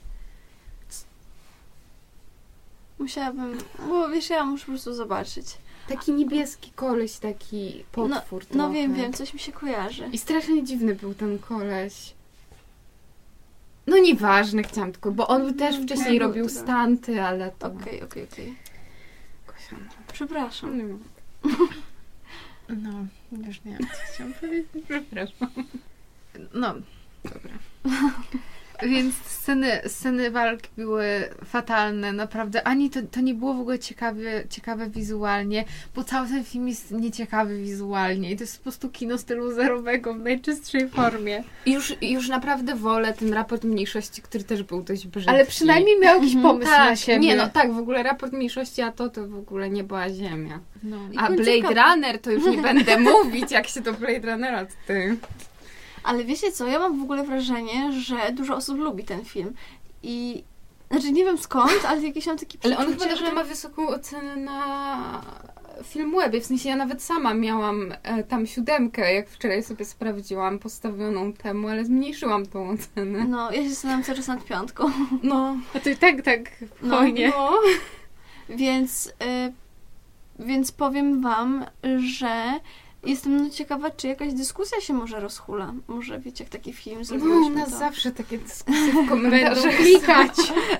Musiałabym... Bo wiesz, ja muszę po prostu zobaczyć. Taki niebieski koleś, taki potwór No, no trochę. wiem, wiem, coś mi się kojarzy. I strasznie dziwny był ten koleś. No nieważne, chciałam tylko, bo on też wcześniej No, robił dobra. stanty, ale to... Okej, okej, okej. Gosia, no. Przepraszam. Nie wiem. No, już nie wiem, co chciałam powiedzieć. Przepraszam. No, Dobra. więc sceny, sceny walki były fatalne, naprawdę. Ani to, to nie było w ogóle ciekawe, ciekawe wizualnie, bo cały ten film jest nieciekawy wizualnie i to jest po prostu kino stylu zerowego w najczystszej formie. I już, już naprawdę wolę ten raport mniejszości, który też był dość brzydki. Ale przynajmniej miał jakiś Mhm. pomysł tak, na siebie. nie no tak, w ogóle raport mniejszości, a to to w ogóle nie była ziemia. No. A końcówka- Blade Runner to już nie będę mówić, jak się do Blade Runnera ty. Ale wiecie co, ja mam w ogóle wrażenie, że dużo osób lubi ten film. I... Znaczy nie wiem skąd, ale jakieś mam takie Ale on przeczucie, chyba że... że ma wysoką ocenę na Filmwebie. W sensie ja nawet sama miałam e, tam siódemkę, jak wczoraj sobie sprawdziłam, postawioną temu, ale zmniejszyłam tą ocenę. No, ja się zastanawiam cały czas nad piątką. No. A to i tak, tak No, hojnie. No. Więc, y, więc powiem wam, że jestem no ciekawa, czy jakaś dyskusja się może rozhula. Może wiecie, jak taki film No, u zrobiłyśmy nas to. zawsze takie dyskusje w Będą komentarzach. klikać.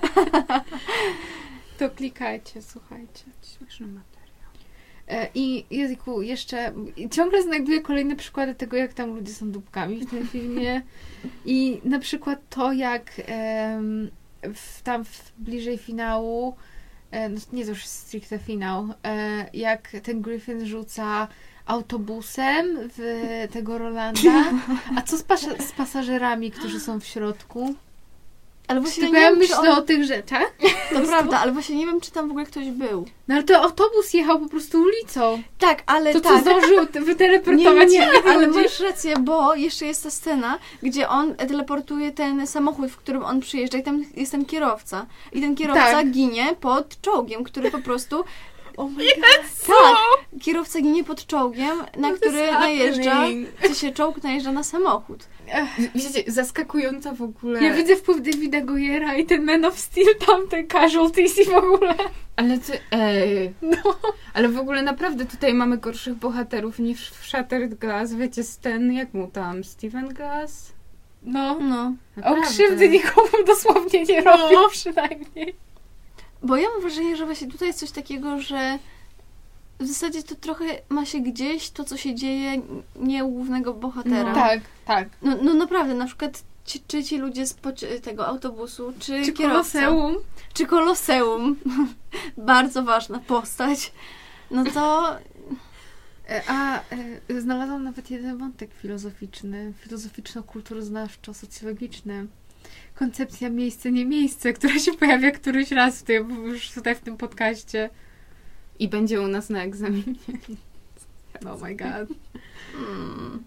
To klikajcie, słuchajcie. Śmieszny materiał. E, I Jeziku, jeszcze i ciągle znajduję kolejne przykłady tego, jak tam ludzie są dupkami w tym filmie. I na przykład to, jak em, w, tam w, bliżej finału, e, no nie to już stricte finał, e, jak ten Griffin rzuca autobusem w tego Rolanda. A co z, pas- z pasażerami, którzy są w środku? Ale właśnie Tylko nie ja wiem, czy myślę on... o tych rzeczach. To prawda, ale właśnie nie wiem, czy tam w ogóle ktoś był. No ale to autobus jechał po prostu ulicą. Tak, ale To co tak. zdążył Nie, wyteleportować nie, innych ale ludzi? masz rację, bo jeszcze jest ta scena, gdzie on teleportuje ten samochód, w którym on przyjeżdża i tam jest ten kierowca. I ten kierowca Tak. ginie pod czołgiem, który po prostu... Oh my god. Tak, kierowca ginie pod czołgiem, na What który is najeżdża, happening? w sensie czołg najeżdża na samochód. Wiecie, zaskakująca w ogóle. Ja widzę wpływ Davida Goyera i ten Man of Steel, tam te casualties i w ogóle. Ale ty, ej. No. Ale w ogóle naprawdę tutaj mamy gorszych bohaterów niż w Shattered Glass. Wiecie, Stan, jak mu tam? Steven Glass? No. No. O Naprawdę. krzywdy nikomu dosłownie nie No. robił przynajmniej. Bo ja mam wrażenie, że właśnie tutaj jest coś takiego, że w zasadzie to trochę ma się gdzieś to, co się dzieje, nie u głównego bohatera. No. Tak, tak. No, no naprawdę, na przykład ci, czy ci ludzie z poci- tego autobusu, czy, Czy kierowca, Koloseum? czy Koloseum, bardzo ważna postać, no to E, A e, znalazłam nawet jeden wątek filozoficzny, filozoficzno-kulturoznawczo-socjologiczny. Koncepcja miejsce, nie miejsce, która się pojawia któryś raz w tym, już tutaj w tym podcaście. I będzie u nas na egzaminie. Oh my god. mm,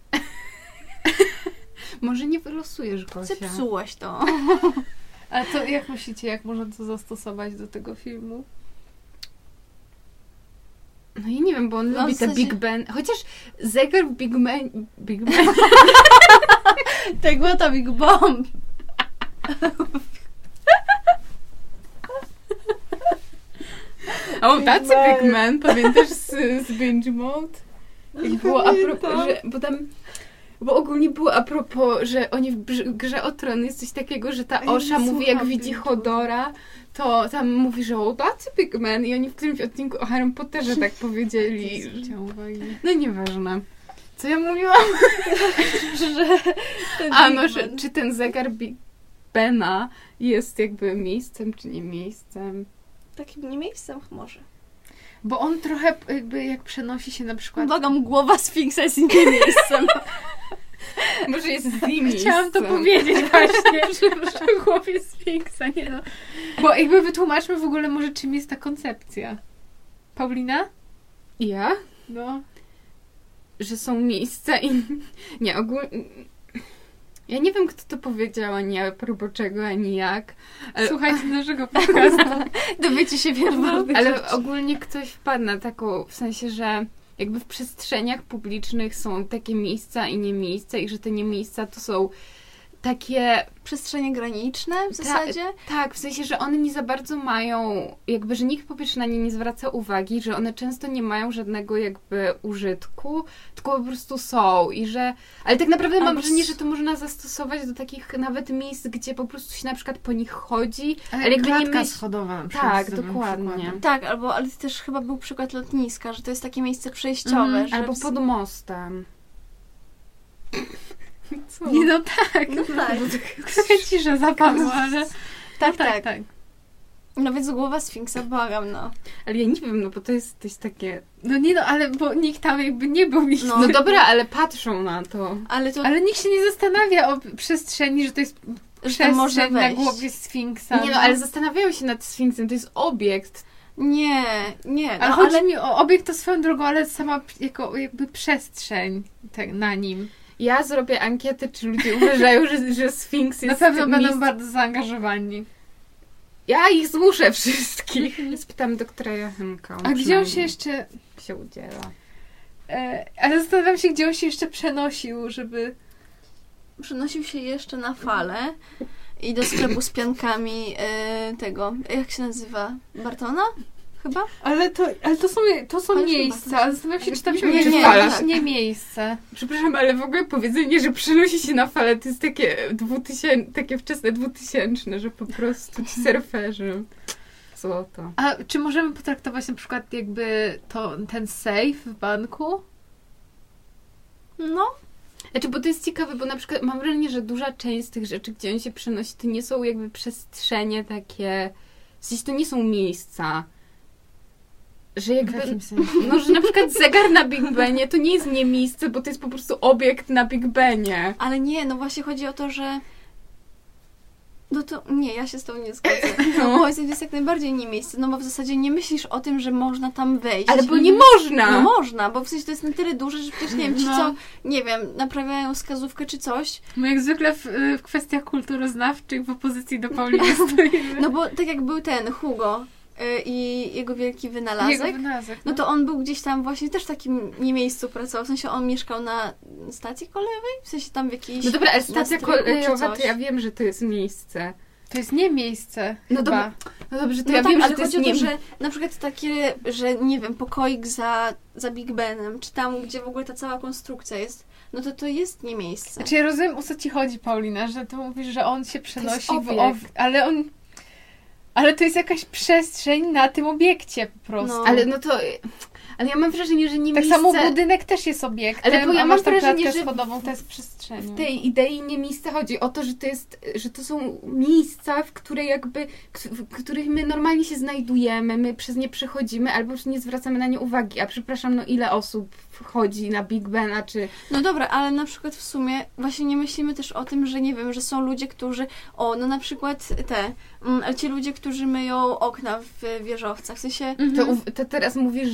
Może nie wylosujesz, Gosia. zepsułaś to. A to jak myślicie, jak można to zastosować do tego filmu? No ja nie wiem, bo on No, lubi w te sensie- Big Ben. Chociaż zegar w Big Ben... Big Ben... Tak było to Big Bomb. O, tacy Ben. Big Man, pamiętasz z, z Binge Mode? I było a propos, pamiętam. że, bo tam, bo ogólnie było a propos, że oni w brz- grze o tron jest coś takiego, że ta Ja nie Osza mówi, jak słucham widzi Binge Hodora, to tam mówi, że o, tacy Big Man i oni w którymś odcinku o Harry Potterze tak powiedzieli. Zwróciłam uwagi. No nieważne. Co ja mówiłam? Że ten A Big no, że, Ben. czy ten zegar Big Bena jest jakby miejscem, czy nie miejscem? Takim nie miejscem może. Bo on trochę jakby jak przenosi się na przykład... Błagam, głowa Sfinksa jest innym miejscem. Może jest z nimi. Chciałam to powiedzieć właśnie, że głowie Sfinksa, nie no. Bo jakby wytłumaczmy w ogóle może czym jest ta koncepcja. Paulina? Ja? No. Że są miejsca i... Nie, ogólnie... Ja nie wiem, kto to powiedział, ani a propos czego, ani jak. Ale, Słuchajcie naszego podcastu. Dowiecie się wielu ważnych ale rzeczy. ogólnie ktoś wpadł na taką, w sensie, że jakby w przestrzeniach publicznych są takie miejsca i nie miejsca i że te nie miejsca to są takie... Przestrzenie graniczne w Ta- zasadzie. Tak, w sensie, że one nie za bardzo mają, jakby, że nikt po pierwsze na nie nie zwraca uwagi, że one często nie mają żadnego jakby użytku, tylko po prostu są i że, ale tak naprawdę mam Albo wrażenie, s- że to można zastosować do takich nawet miejsc, gdzie po prostu się na przykład po nich chodzi, Ale, ale jakby nie klatka myśl... schodowa na przykład. Tak, jest dobrym dokładnie. przykładem. Tak, albo ale też chyba był przykład lotniska, że to jest takie miejsce przejściowe. Mhm, że Albo w- pod mostem. Co? Nie no tak. No tak. Trochę cisza zapadła, ale... Tak, no, tak. tak. No więc głowa Sfinksa, błagam, no. Ale ja nie wiem, no bo to jest coś takie... No nie no, ale bo nikt tam jakby nie był. Nikt No. No dobra, ale patrzą na to. Ale to, Ale nikt się nie zastanawia o przestrzeni, że to jest że to może przestrzeń na wejść. głowie Sfinksa. Nie no, ale zastanawiają się nad Sfinksem, to jest obiekt. Nie, nie, no, Ale ale, chodzi mi o obiekt to swoją drogą, ale sama jako jakby przestrzeń tak, na nim. Ja zrobię ankietę, czy ludzie uważają, że, że Sfinks Na jest... pewno będą miejsc- bardzo zaangażowani. Ja ich zmuszę wszystkich. Spytam doktora Joachimka. A gdzie on się jeszcze... się udziela? E, ale zastanawiam się, gdzie on się jeszcze przenosił, żeby... przenosił się jeszcze na falę i do sklepu z piankami e, tego, jak się nazywa? Bartona? Chyba? Ale to, ale to są, to są Ale miejsca. chyba Ale zastanawiam się, czy tam się Nie, nie, nie, fala. tak. nie miejsce. Przepraszam, ale w ogóle powiedzenie, że przenosi się na falę, to jest takie dwutysięczne, takie wczesne dwutysięczne, że po prostu ci surferzy. Złoto. A czy możemy potraktować na przykład jakby to, ten safe w banku? No, Znaczy, bo to jest ciekawe, bo na przykład mam wrażenie, że duża część z tych rzeczy, gdzie on się przenosi, to nie są jakby przestrzenie takie... W sensie to nie są miejsca. Że W jakby... jakim sensie? No, że na przykład zegar na Big Benie to nie jest nie miejsce, bo to jest po prostu obiekt na Big Benie. ale nie, no właśnie chodzi o to, że no to nie, ja się z tobą nie zgodzę. No No. moim zdaniem to jest jak najbardziej nie miejsce, no bo w zasadzie nie myślisz o tym, że można tam wejść. Ale bo nie można! No można, bo w sensie to jest na tyle duże, że przecież nie wiem, ci No. co, nie wiem, naprawiają wskazówkę czy coś, My jak zwykle w, w kwestiach kulturoznawczych w opozycji do Pauliny stoimy. no bo tak jak był ten Hugo y, i jego wielki wynalazek, Jego wynalazek, no to on był gdzieś tam właśnie też w takim nie miejscu pracował, w sensie on mieszkał na stacji kolejowej, w sensie tam w jakiejś... No dobra, ale na stacja strychu czy kolejowa, to coś. ja wiem, że to jest miejsce. To jest nie miejsce. No chyba. dobra, no dobrze, to No ja tak, wiem, ale że to jest chodzi o to, nie... że na przykład takie, że nie wiem, pokoik za, za Big Benem, czy tam, gdzie w ogóle ta cała konstrukcja jest, no to to jest nie miejsce. Znaczy ja rozumiem, o co ci chodzi, Paulina, że ty mówisz, że on się przenosi w obiekt. ob... ale on... Ale to jest jakaś przestrzeń na tym obiekcie po prostu. No. Ale no to... Ale ja mam wrażenie, że nie Tak miejsce... samo budynek też jest obiektem, Ale bo ja a mam masz tam wrażenie, klatkę że schodową, to jest przestrzeń. W tej idei nie miejsca chodzi o to, że to jest, że to są miejsca, w które jakby, w których my normalnie się znajdujemy, my przez nie przechodzimy, albo już nie zwracamy na nie uwagi. A przepraszam, no ile osób wchodzi na Big Bena, czy... No dobra, ale na przykład w sumie właśnie nie myślimy też o tym, że nie wiem, że są ludzie, którzy, o, no na przykład te, mm, ci ludzie, którzy myją okna w wieżowcach, w sensie... Mhm. To, uw- to teraz mówisz, że w ogóle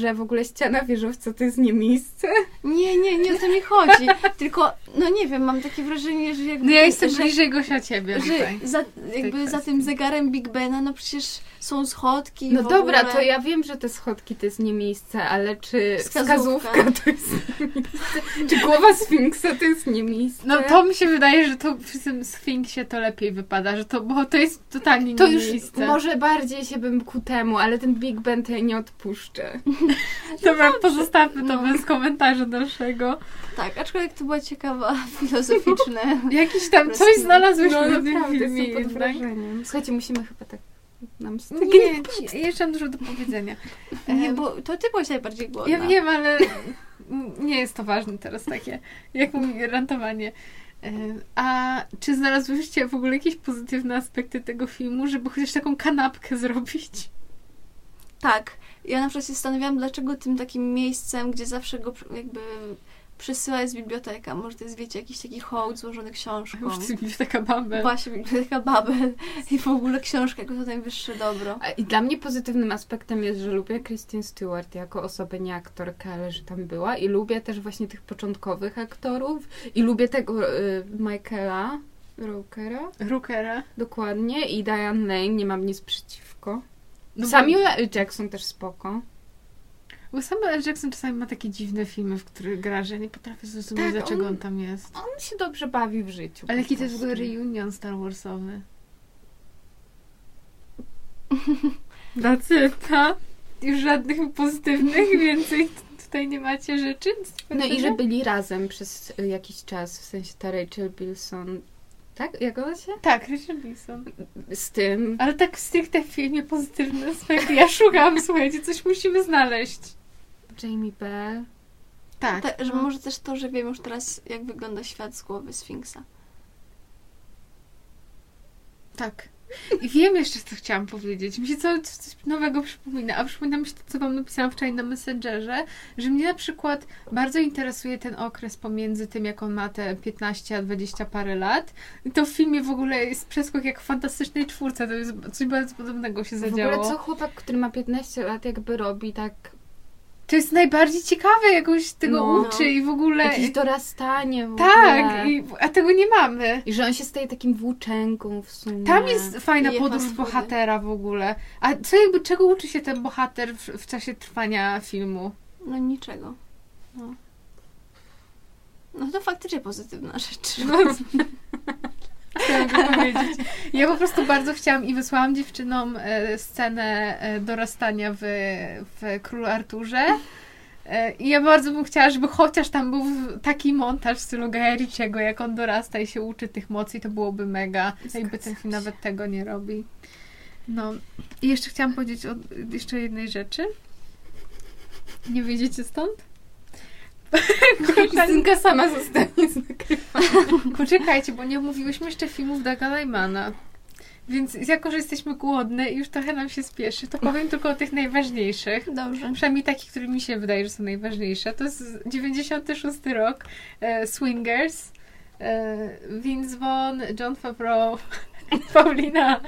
ściana wieżowca to jest nie miejsce? Nie, nie, nie o to mi chodzi. Tylko, no nie wiem, mam takie wrażenie, że jakby... No ja jestem że, bliżej Gosia ciebie że tutaj. za, jakby kwestii. za tym zegarem Big Bena, no przecież są schodki. No w dobra, ogóle. to ja wiem, że te schodki to jest nie miejsce, ale czy Wskazówka. wskazówka to jest nie miejsce? Czy głowa Sfinksa to jest nie miejsce? No to mi się wydaje, że to przy tym Sfinksie to lepiej wypada, że to, bo to jest totalnie nie To już miejsce. może bardziej się bym ku temu, ale ten Big Ben to ja nie odpuszczę. Dobra, pozostawmy to No. bez komentarza dalszego. Tak, aczkolwiek to była ciekawa, filozoficzne. Jakiś tam coś Rozkmin. znalazłeś No w tym naprawdę, filmie jestem pod jednak. wrażeniem. Słuchajcie, musimy chyba tak nam z Nie, nie, jeszcze mam dużo do powiedzenia. Nie, Em, bo to ty byłaś najbardziej głodna. Ja wiem, ale nie jest to ważne teraz takie, jak mówi rantowanie. E, A czy znalazłyście w ogóle jakieś pozytywne aspekty tego filmu, żeby chociaż taką kanapkę zrobić? Tak. Ja na przykład się zastanawiałam, dlaczego tym takim miejscem, gdzie zawsze go jakby przesyła jest biblioteka. Może to jest, wiecie, jakiś taki hołd złożony książką. Już to jest taka Babel. Właśnie, biblioteka Babel i w ogóle książka jako to najwyższe dobro. A I dla mnie pozytywnym aspektem jest, że lubię Kristen Stewart jako osobę, nie aktorkę, ale że tam była. I lubię też właśnie tych początkowych aktorów. I lubię tego y, Michaela Rookera, Rookera. dokładnie. I Diane Lane, nie mam nic przeciwko. No Samuel L. Jackson też spoko. Bo Samuel L. Jackson czasami ma takie dziwne filmy, w których gra, że nie potrafię zrozumieć, Tak, dlaczego on- on tam jest. On się dobrze bawi w życiu. Ale po jaki to jest w ogóle prostu. reunion Star Warsowy? Dacyta. Już żadnych pozytywnych, więcej tutaj nie macie rzeczy? No i że byli razem przez y, jakiś czas, w sensie ta Rachel Bilson, tak? Jak ona się? Tak, Richard Wilson. Z tym. Ale tak stricte w filmie pozytywne aspekty. Ja szukam, słuchajcie, coś musimy znaleźć. Jamie Bell. Tak. Te, że może też to, że wiem już teraz, jak wygląda świat z głowy Sfinksa. Tak. I wiem jeszcze, co chciałam powiedzieć. Mi się cały czas coś nowego przypomina, a przypomina mi się to, co wam napisałam wczoraj na Messengerze, że mnie na przykład bardzo interesuje ten okres pomiędzy tym, jak on ma te piętnaście a dwadzieścia parę lat. I to w filmie w ogóle jest przeskok jak w Fantastycznej Czwórce. To jest coś bardzo podobnego się W zadziało. ogóle co chłopak, który ma piętnaście lat, jakby robi tak To jest najbardziej ciekawe, jakoś tego No. uczy i w ogóle... jakieś dorastanie w ogóle. Tak, i, a tego nie mamy. I że on się staje takim włóczęgą w sumie. Tam jest fajna I podróż jechał z bohatera w ogóle. A co jakby, czego uczy się ten bohater w, w czasie trwania filmu? No niczego. No. No to faktycznie pozytywna rzecz. No, chciałam to powiedzieć. Ja po prostu bardzo chciałam i wysłałam dziewczynom e, scenę e, dorastania w, w Królu Arturze. E, I ja bardzo bym chciała, żeby chociaż tam był taki montaż w stylu Guya Ritchiego, jak on dorasta i się uczy tych mocy, i to byłoby mega. Jakby ten film nawet tego nie robi. No. I jeszcze chciałam powiedzieć o jeszcze jednej rzeczy. Nie wyjdziecie stąd? Krystynka sama zostanie z nagrywaniem. Poczekajcie, bo nie omówiłyśmy jeszcze filmów Daga Lajmana. Więc jako, że jesteśmy głodne i już trochę nam się spieszy, to powiem tylko o tych najważniejszych. Dobrze. Przynajmniej takich, które mi się wydaje, że są najważniejsze. To jest dziewięćdziesiąty szósty rok. E, Swingers. E, Vince Vaughn, Jon Favreau, Paulina.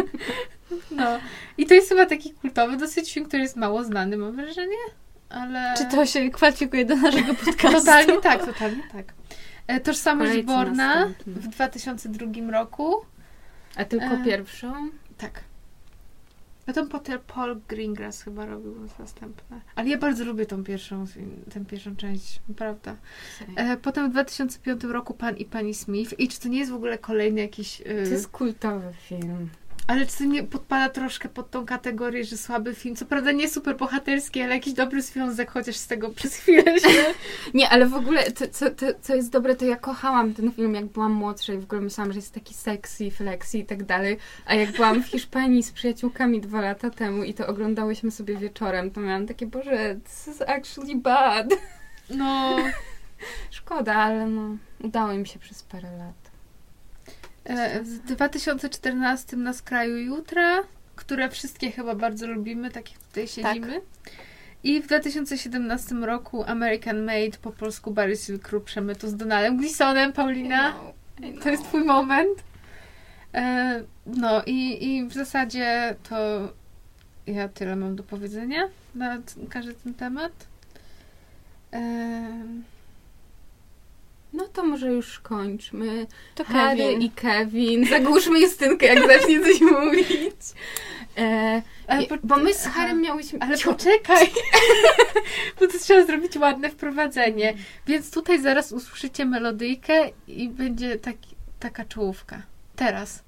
No. I to jest chyba taki kultowy dosyć film, który jest mało znany, mam wrażenie. Ale... Czy to się kwalifikuje do naszego podcastu? Totalnie tak, totalnie tak. E, Tożsamość Kolejny Borna następny. w dwa tysiące drugim roku. A tylko E. pierwszą? Tak. A to potem Paul Greengrass chyba robił następne. Ale ja bardzo lubię tą pierwszą, tę pierwszą część, prawda. E, potem w dwa tysiące piątym roku Pan i Pani Smith. I czy to nie jest w ogóle kolejny jakiś... Yy, To jest kultowy film. ale czy to nie podpada troszkę pod tą kategorię, że słaby film? Co prawda nie super bohaterski, ale jakiś dobry związek, chociaż z tego przez chwilę się... Nie, ale w ogóle, to, co, to, co jest dobre, to ja kochałam ten film, jak byłam młodsza i w ogóle myślałam, że jest taki sexy, flexy i tak dalej. A jak byłam w Hiszpanii z przyjaciółkami dwa lata temu i to oglądałyśmy sobie wieczorem, to miałam takie, Boże, this is actually bad. No... Szkoda, ale no, udało im się przez parę lat. E, W dwa tysiące czternastym Na skraju jutra, które wszystkie chyba bardzo lubimy, tak jak tutaj siedzimy. I w dwa tysiące siedemnastym roku American Made, po polsku Barry Silk Przemytu z Donaldem Gleesonem. Paulina, to jest twój moment. E, no i, i w zasadzie to ja tyle mam do powiedzenia. na t- każdy ten temat. Ehm, No to może już kończmy. To Harry Kevin. i Kevin. Zagłuszmy Justynkę, jak zacznie coś mówić. E, Ale i- po- bo my z aha. Harrym miałyśmy... ale Cicho. poczekaj, bo to trzeba zrobić ładne wprowadzenie. Więc tutaj zaraz usłyszycie melodyjkę i będzie taki, taka czołówka. Teraz.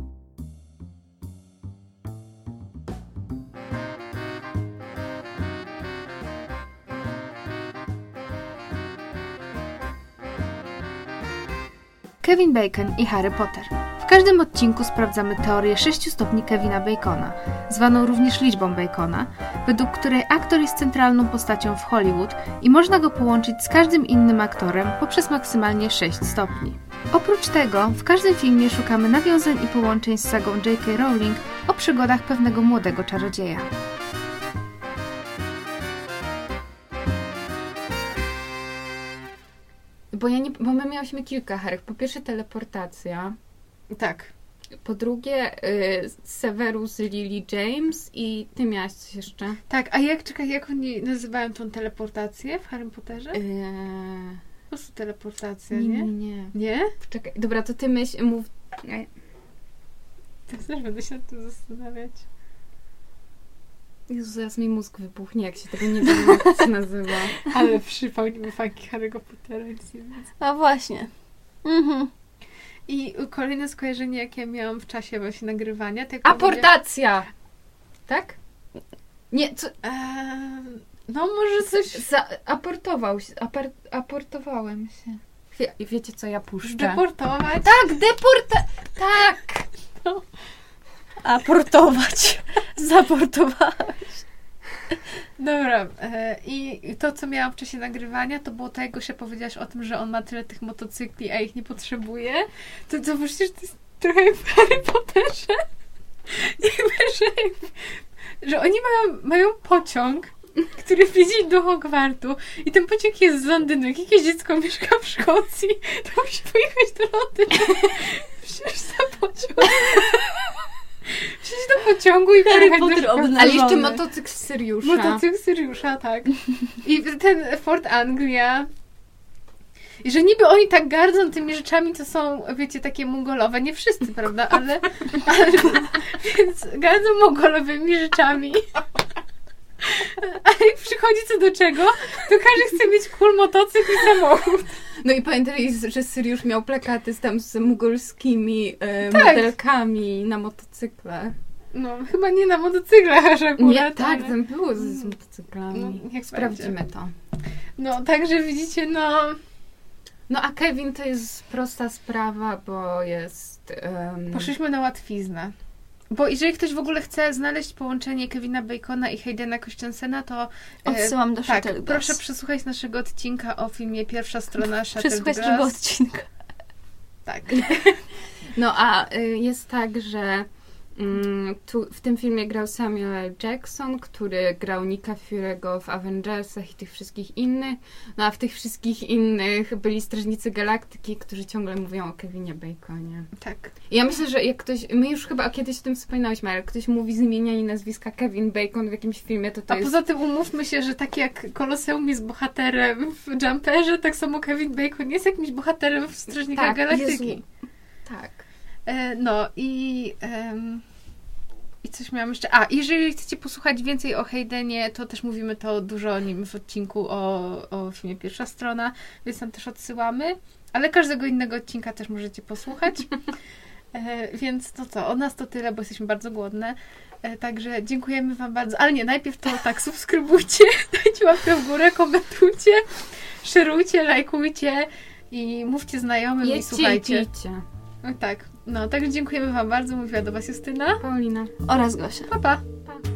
Kevin Bacon i Harry Potter. W każdym odcinku sprawdzamy teorię sześciu stopni Kevina Bacona, zwaną również liczbą Bacona, według której aktor jest centralną postacią w Hollywood i można go połączyć z każdym innym aktorem poprzez maksymalnie sześć stopni. Oprócz tego, w każdym filmie szukamy nawiązań i połączeń z sagą J K. Rowling o przygodach pewnego młodego czarodzieja. Bo, ja nie, bo my miałyśmy kilka Harrych. Po pierwsze teleportacja. Tak. Po drugie y, Severus Lily James i ty miałaś coś jeszcze? Tak, a jak, czekaj, jak oni nazywają tą teleportację w Harry Potterze? Eee, Po prostu teleportacja, nie, nie? nie, nie. Nie? Czekaj, dobra, to ty myśl, mów... Ej, Tak też będę się nad tym zastanawiać. Jezu, zaraz mi mózg wybuchnie, jak się tego nie wiem, jak to się nazywa. Ale przypał mi fanki Harry'ego Pottera, nic nie wiem. A właśnie. Mhm. I kolejne skojarzenie, jakie miałam w czasie właśnie nagrywania, to jak Aportacja! Tak? Nie, co... Ehm, no może coś... Za, aportował się, apar, aportowałem się. Chwila, i wiecie co ja puszczę? Deportować. Tak, deporta... Tak! Aportować. Zaportowałeś. Dobra. E, I to, co miałam w czasie nagrywania, to było to, jak Gosia powiedziałaś o tym, że on ma tyle tych motocykli, a ich nie potrzebuje. To, to myślisz, że to jest trochę jak w Harry Potterze? Jakby, że, że oni mają, mają pociąg, który wiedzie do Hogwartu i ten pociąg jest z Londynu. Jak jakieś dziecko mieszka w Szkocji, to musi pojechać do Londynu. Wsiąść za pociąg. Wsiąść do pociągu i Harry pojechać do Potter Szkocji. obnażony. Ale jeszcze motocykl Syriusza. Motocykl Syriusza, tak. I ten Fort Anglia. I że niby oni tak gardzą tymi rzeczami, to są, wiecie, takie mongolowe. Nie wszyscy, prawda? Ale, ale więc gardzą mongolowymi rzeczami. A jak przychodzi co do czego, to każdy chce mieć cool motocykl i samochód. No i pamiętaj, że Syriusz miał plakaty z tam z mugolskimi e, Tak. modelkami na motocykle. No, chyba nie na motocyklach aż akurat. Nie, tak, ale- tam było z, z motocyklami. No, niech Sprawdzimy będzie. to. No, także widzicie, no... No a Kevin to jest prosta sprawa, bo jest... Um, Poszliśmy na łatwiznę. Bo jeżeli ktoś w ogóle chce znaleźć połączenie Kevina Bacona i Haydena Christensena, to e, Odsyłam do tak, Shuttleglass. proszę przesłuchać naszego odcinka o filmie Pierwsza strona Przesłuchać tego Shuttleglass. odcinka. Tak. No a y, jest tak, że mm, tu, w tym filmie grał Samuel L. Jackson, który grał Nicka Fury'ego w Avengersach i tych wszystkich innych. No a w tych wszystkich innych byli Strażnicy Galaktyki, którzy ciągle mówią o Kevinie Baconie. Tak. I ja myślę, że jak ktoś, my już chyba kiedyś o tym wspominałyśmy, ale jak ktoś mówi z imienia i nazwiska Kevin Bacon w jakimś filmie, to to A jest... poza tym umówmy się, że tak jak Koloseum jest bohaterem w Jumperze, tak samo Kevin Bacon jest jakimś bohaterem w Strażnikach Tak, Galaktyki. Jezu. Tak. E, no i... em, I coś miałam jeszcze... A, jeżeli chcecie posłuchać więcej o Haydenie, to też mówimy to dużo o nim w odcinku o, o filmie Pierwsza strona, więc tam też odsyłamy. Ale każdego innego odcinka też możecie posłuchać. E, więc to co, od nas to tyle, bo jesteśmy bardzo głodne. E, także dziękujemy Wam bardzo. Ale nie, najpierw to tak, subskrybujcie, dajcie łapkę w górę, komentujcie, szerujcie, lajkujcie i mówcie znajomym i Jedźcie i słuchajcie. pijcie. No tak, no także dziękujemy Wam bardzo. Mówiła do Was Justyna. Paulina. Oraz Gosia. Pa, pa.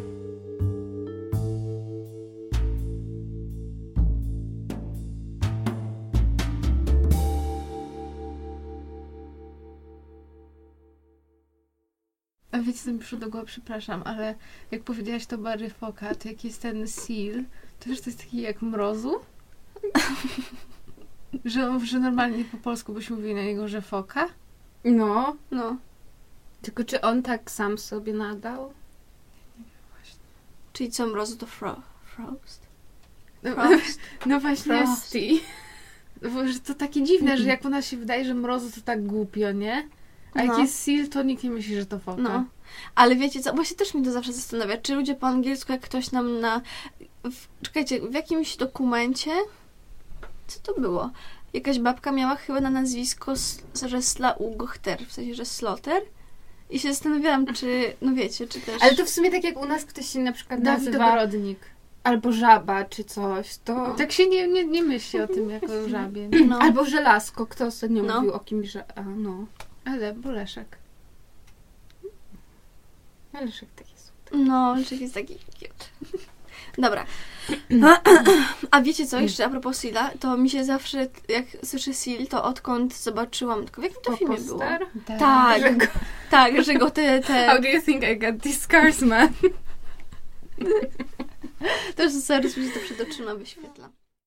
A wiecie, co mi przyszło do głowy, przepraszam, ale jak powiedziałaś to Barry Foka, to jak jest ten seal, to już to jest taki jak mrozu? że, że normalnie po polsku byśmy mówili na niego, że foka? No. No. Tylko czy on tak sam sobie nadał? Czyli co, mrozu to fro Frost? No, Frost? no właśnie, Frost. Bo, że to takie dziwne, że jak u nas się wydaje, że mrozu to tak głupio, nie? A jak No. jest seal, to nikt nie myśli, że to foka. No. Ale wiecie co, właśnie też mnie to zawsze zastanawia, czy ludzie po angielsku, jak ktoś nam na... W, czekajcie, w jakimś dokumencie... Co to było? Jakaś babka miała chyba na nazwisko, s- że Slaughter, w sensie, że Slaughter. I się zastanawiałam, czy... No wiecie, czy też... Ale to w sumie tak jak u nas ktoś się na przykład Dawid nazywa Ogrodnik. albo żaba czy coś, to... No. Tak się nie, nie, nie myśli o tym jako o żabie. No. Albo żelazko, kto ostatnio No. mówił o kimś, że... A, no. Ale Boleszek. Leszek taki jest. No, Leszek jest taki cute. Dobra. A wiecie co, jeszcze a propos Seala, to mi się zawsze, jak słyszę Seal, to odkąd zobaczyłam, tylko w jakim to filmie było? Poster? Tak, Że go, tak, że go te... te... how do you think I got these scars, man? To już zaraz mi się to przed oczyma wyświetla.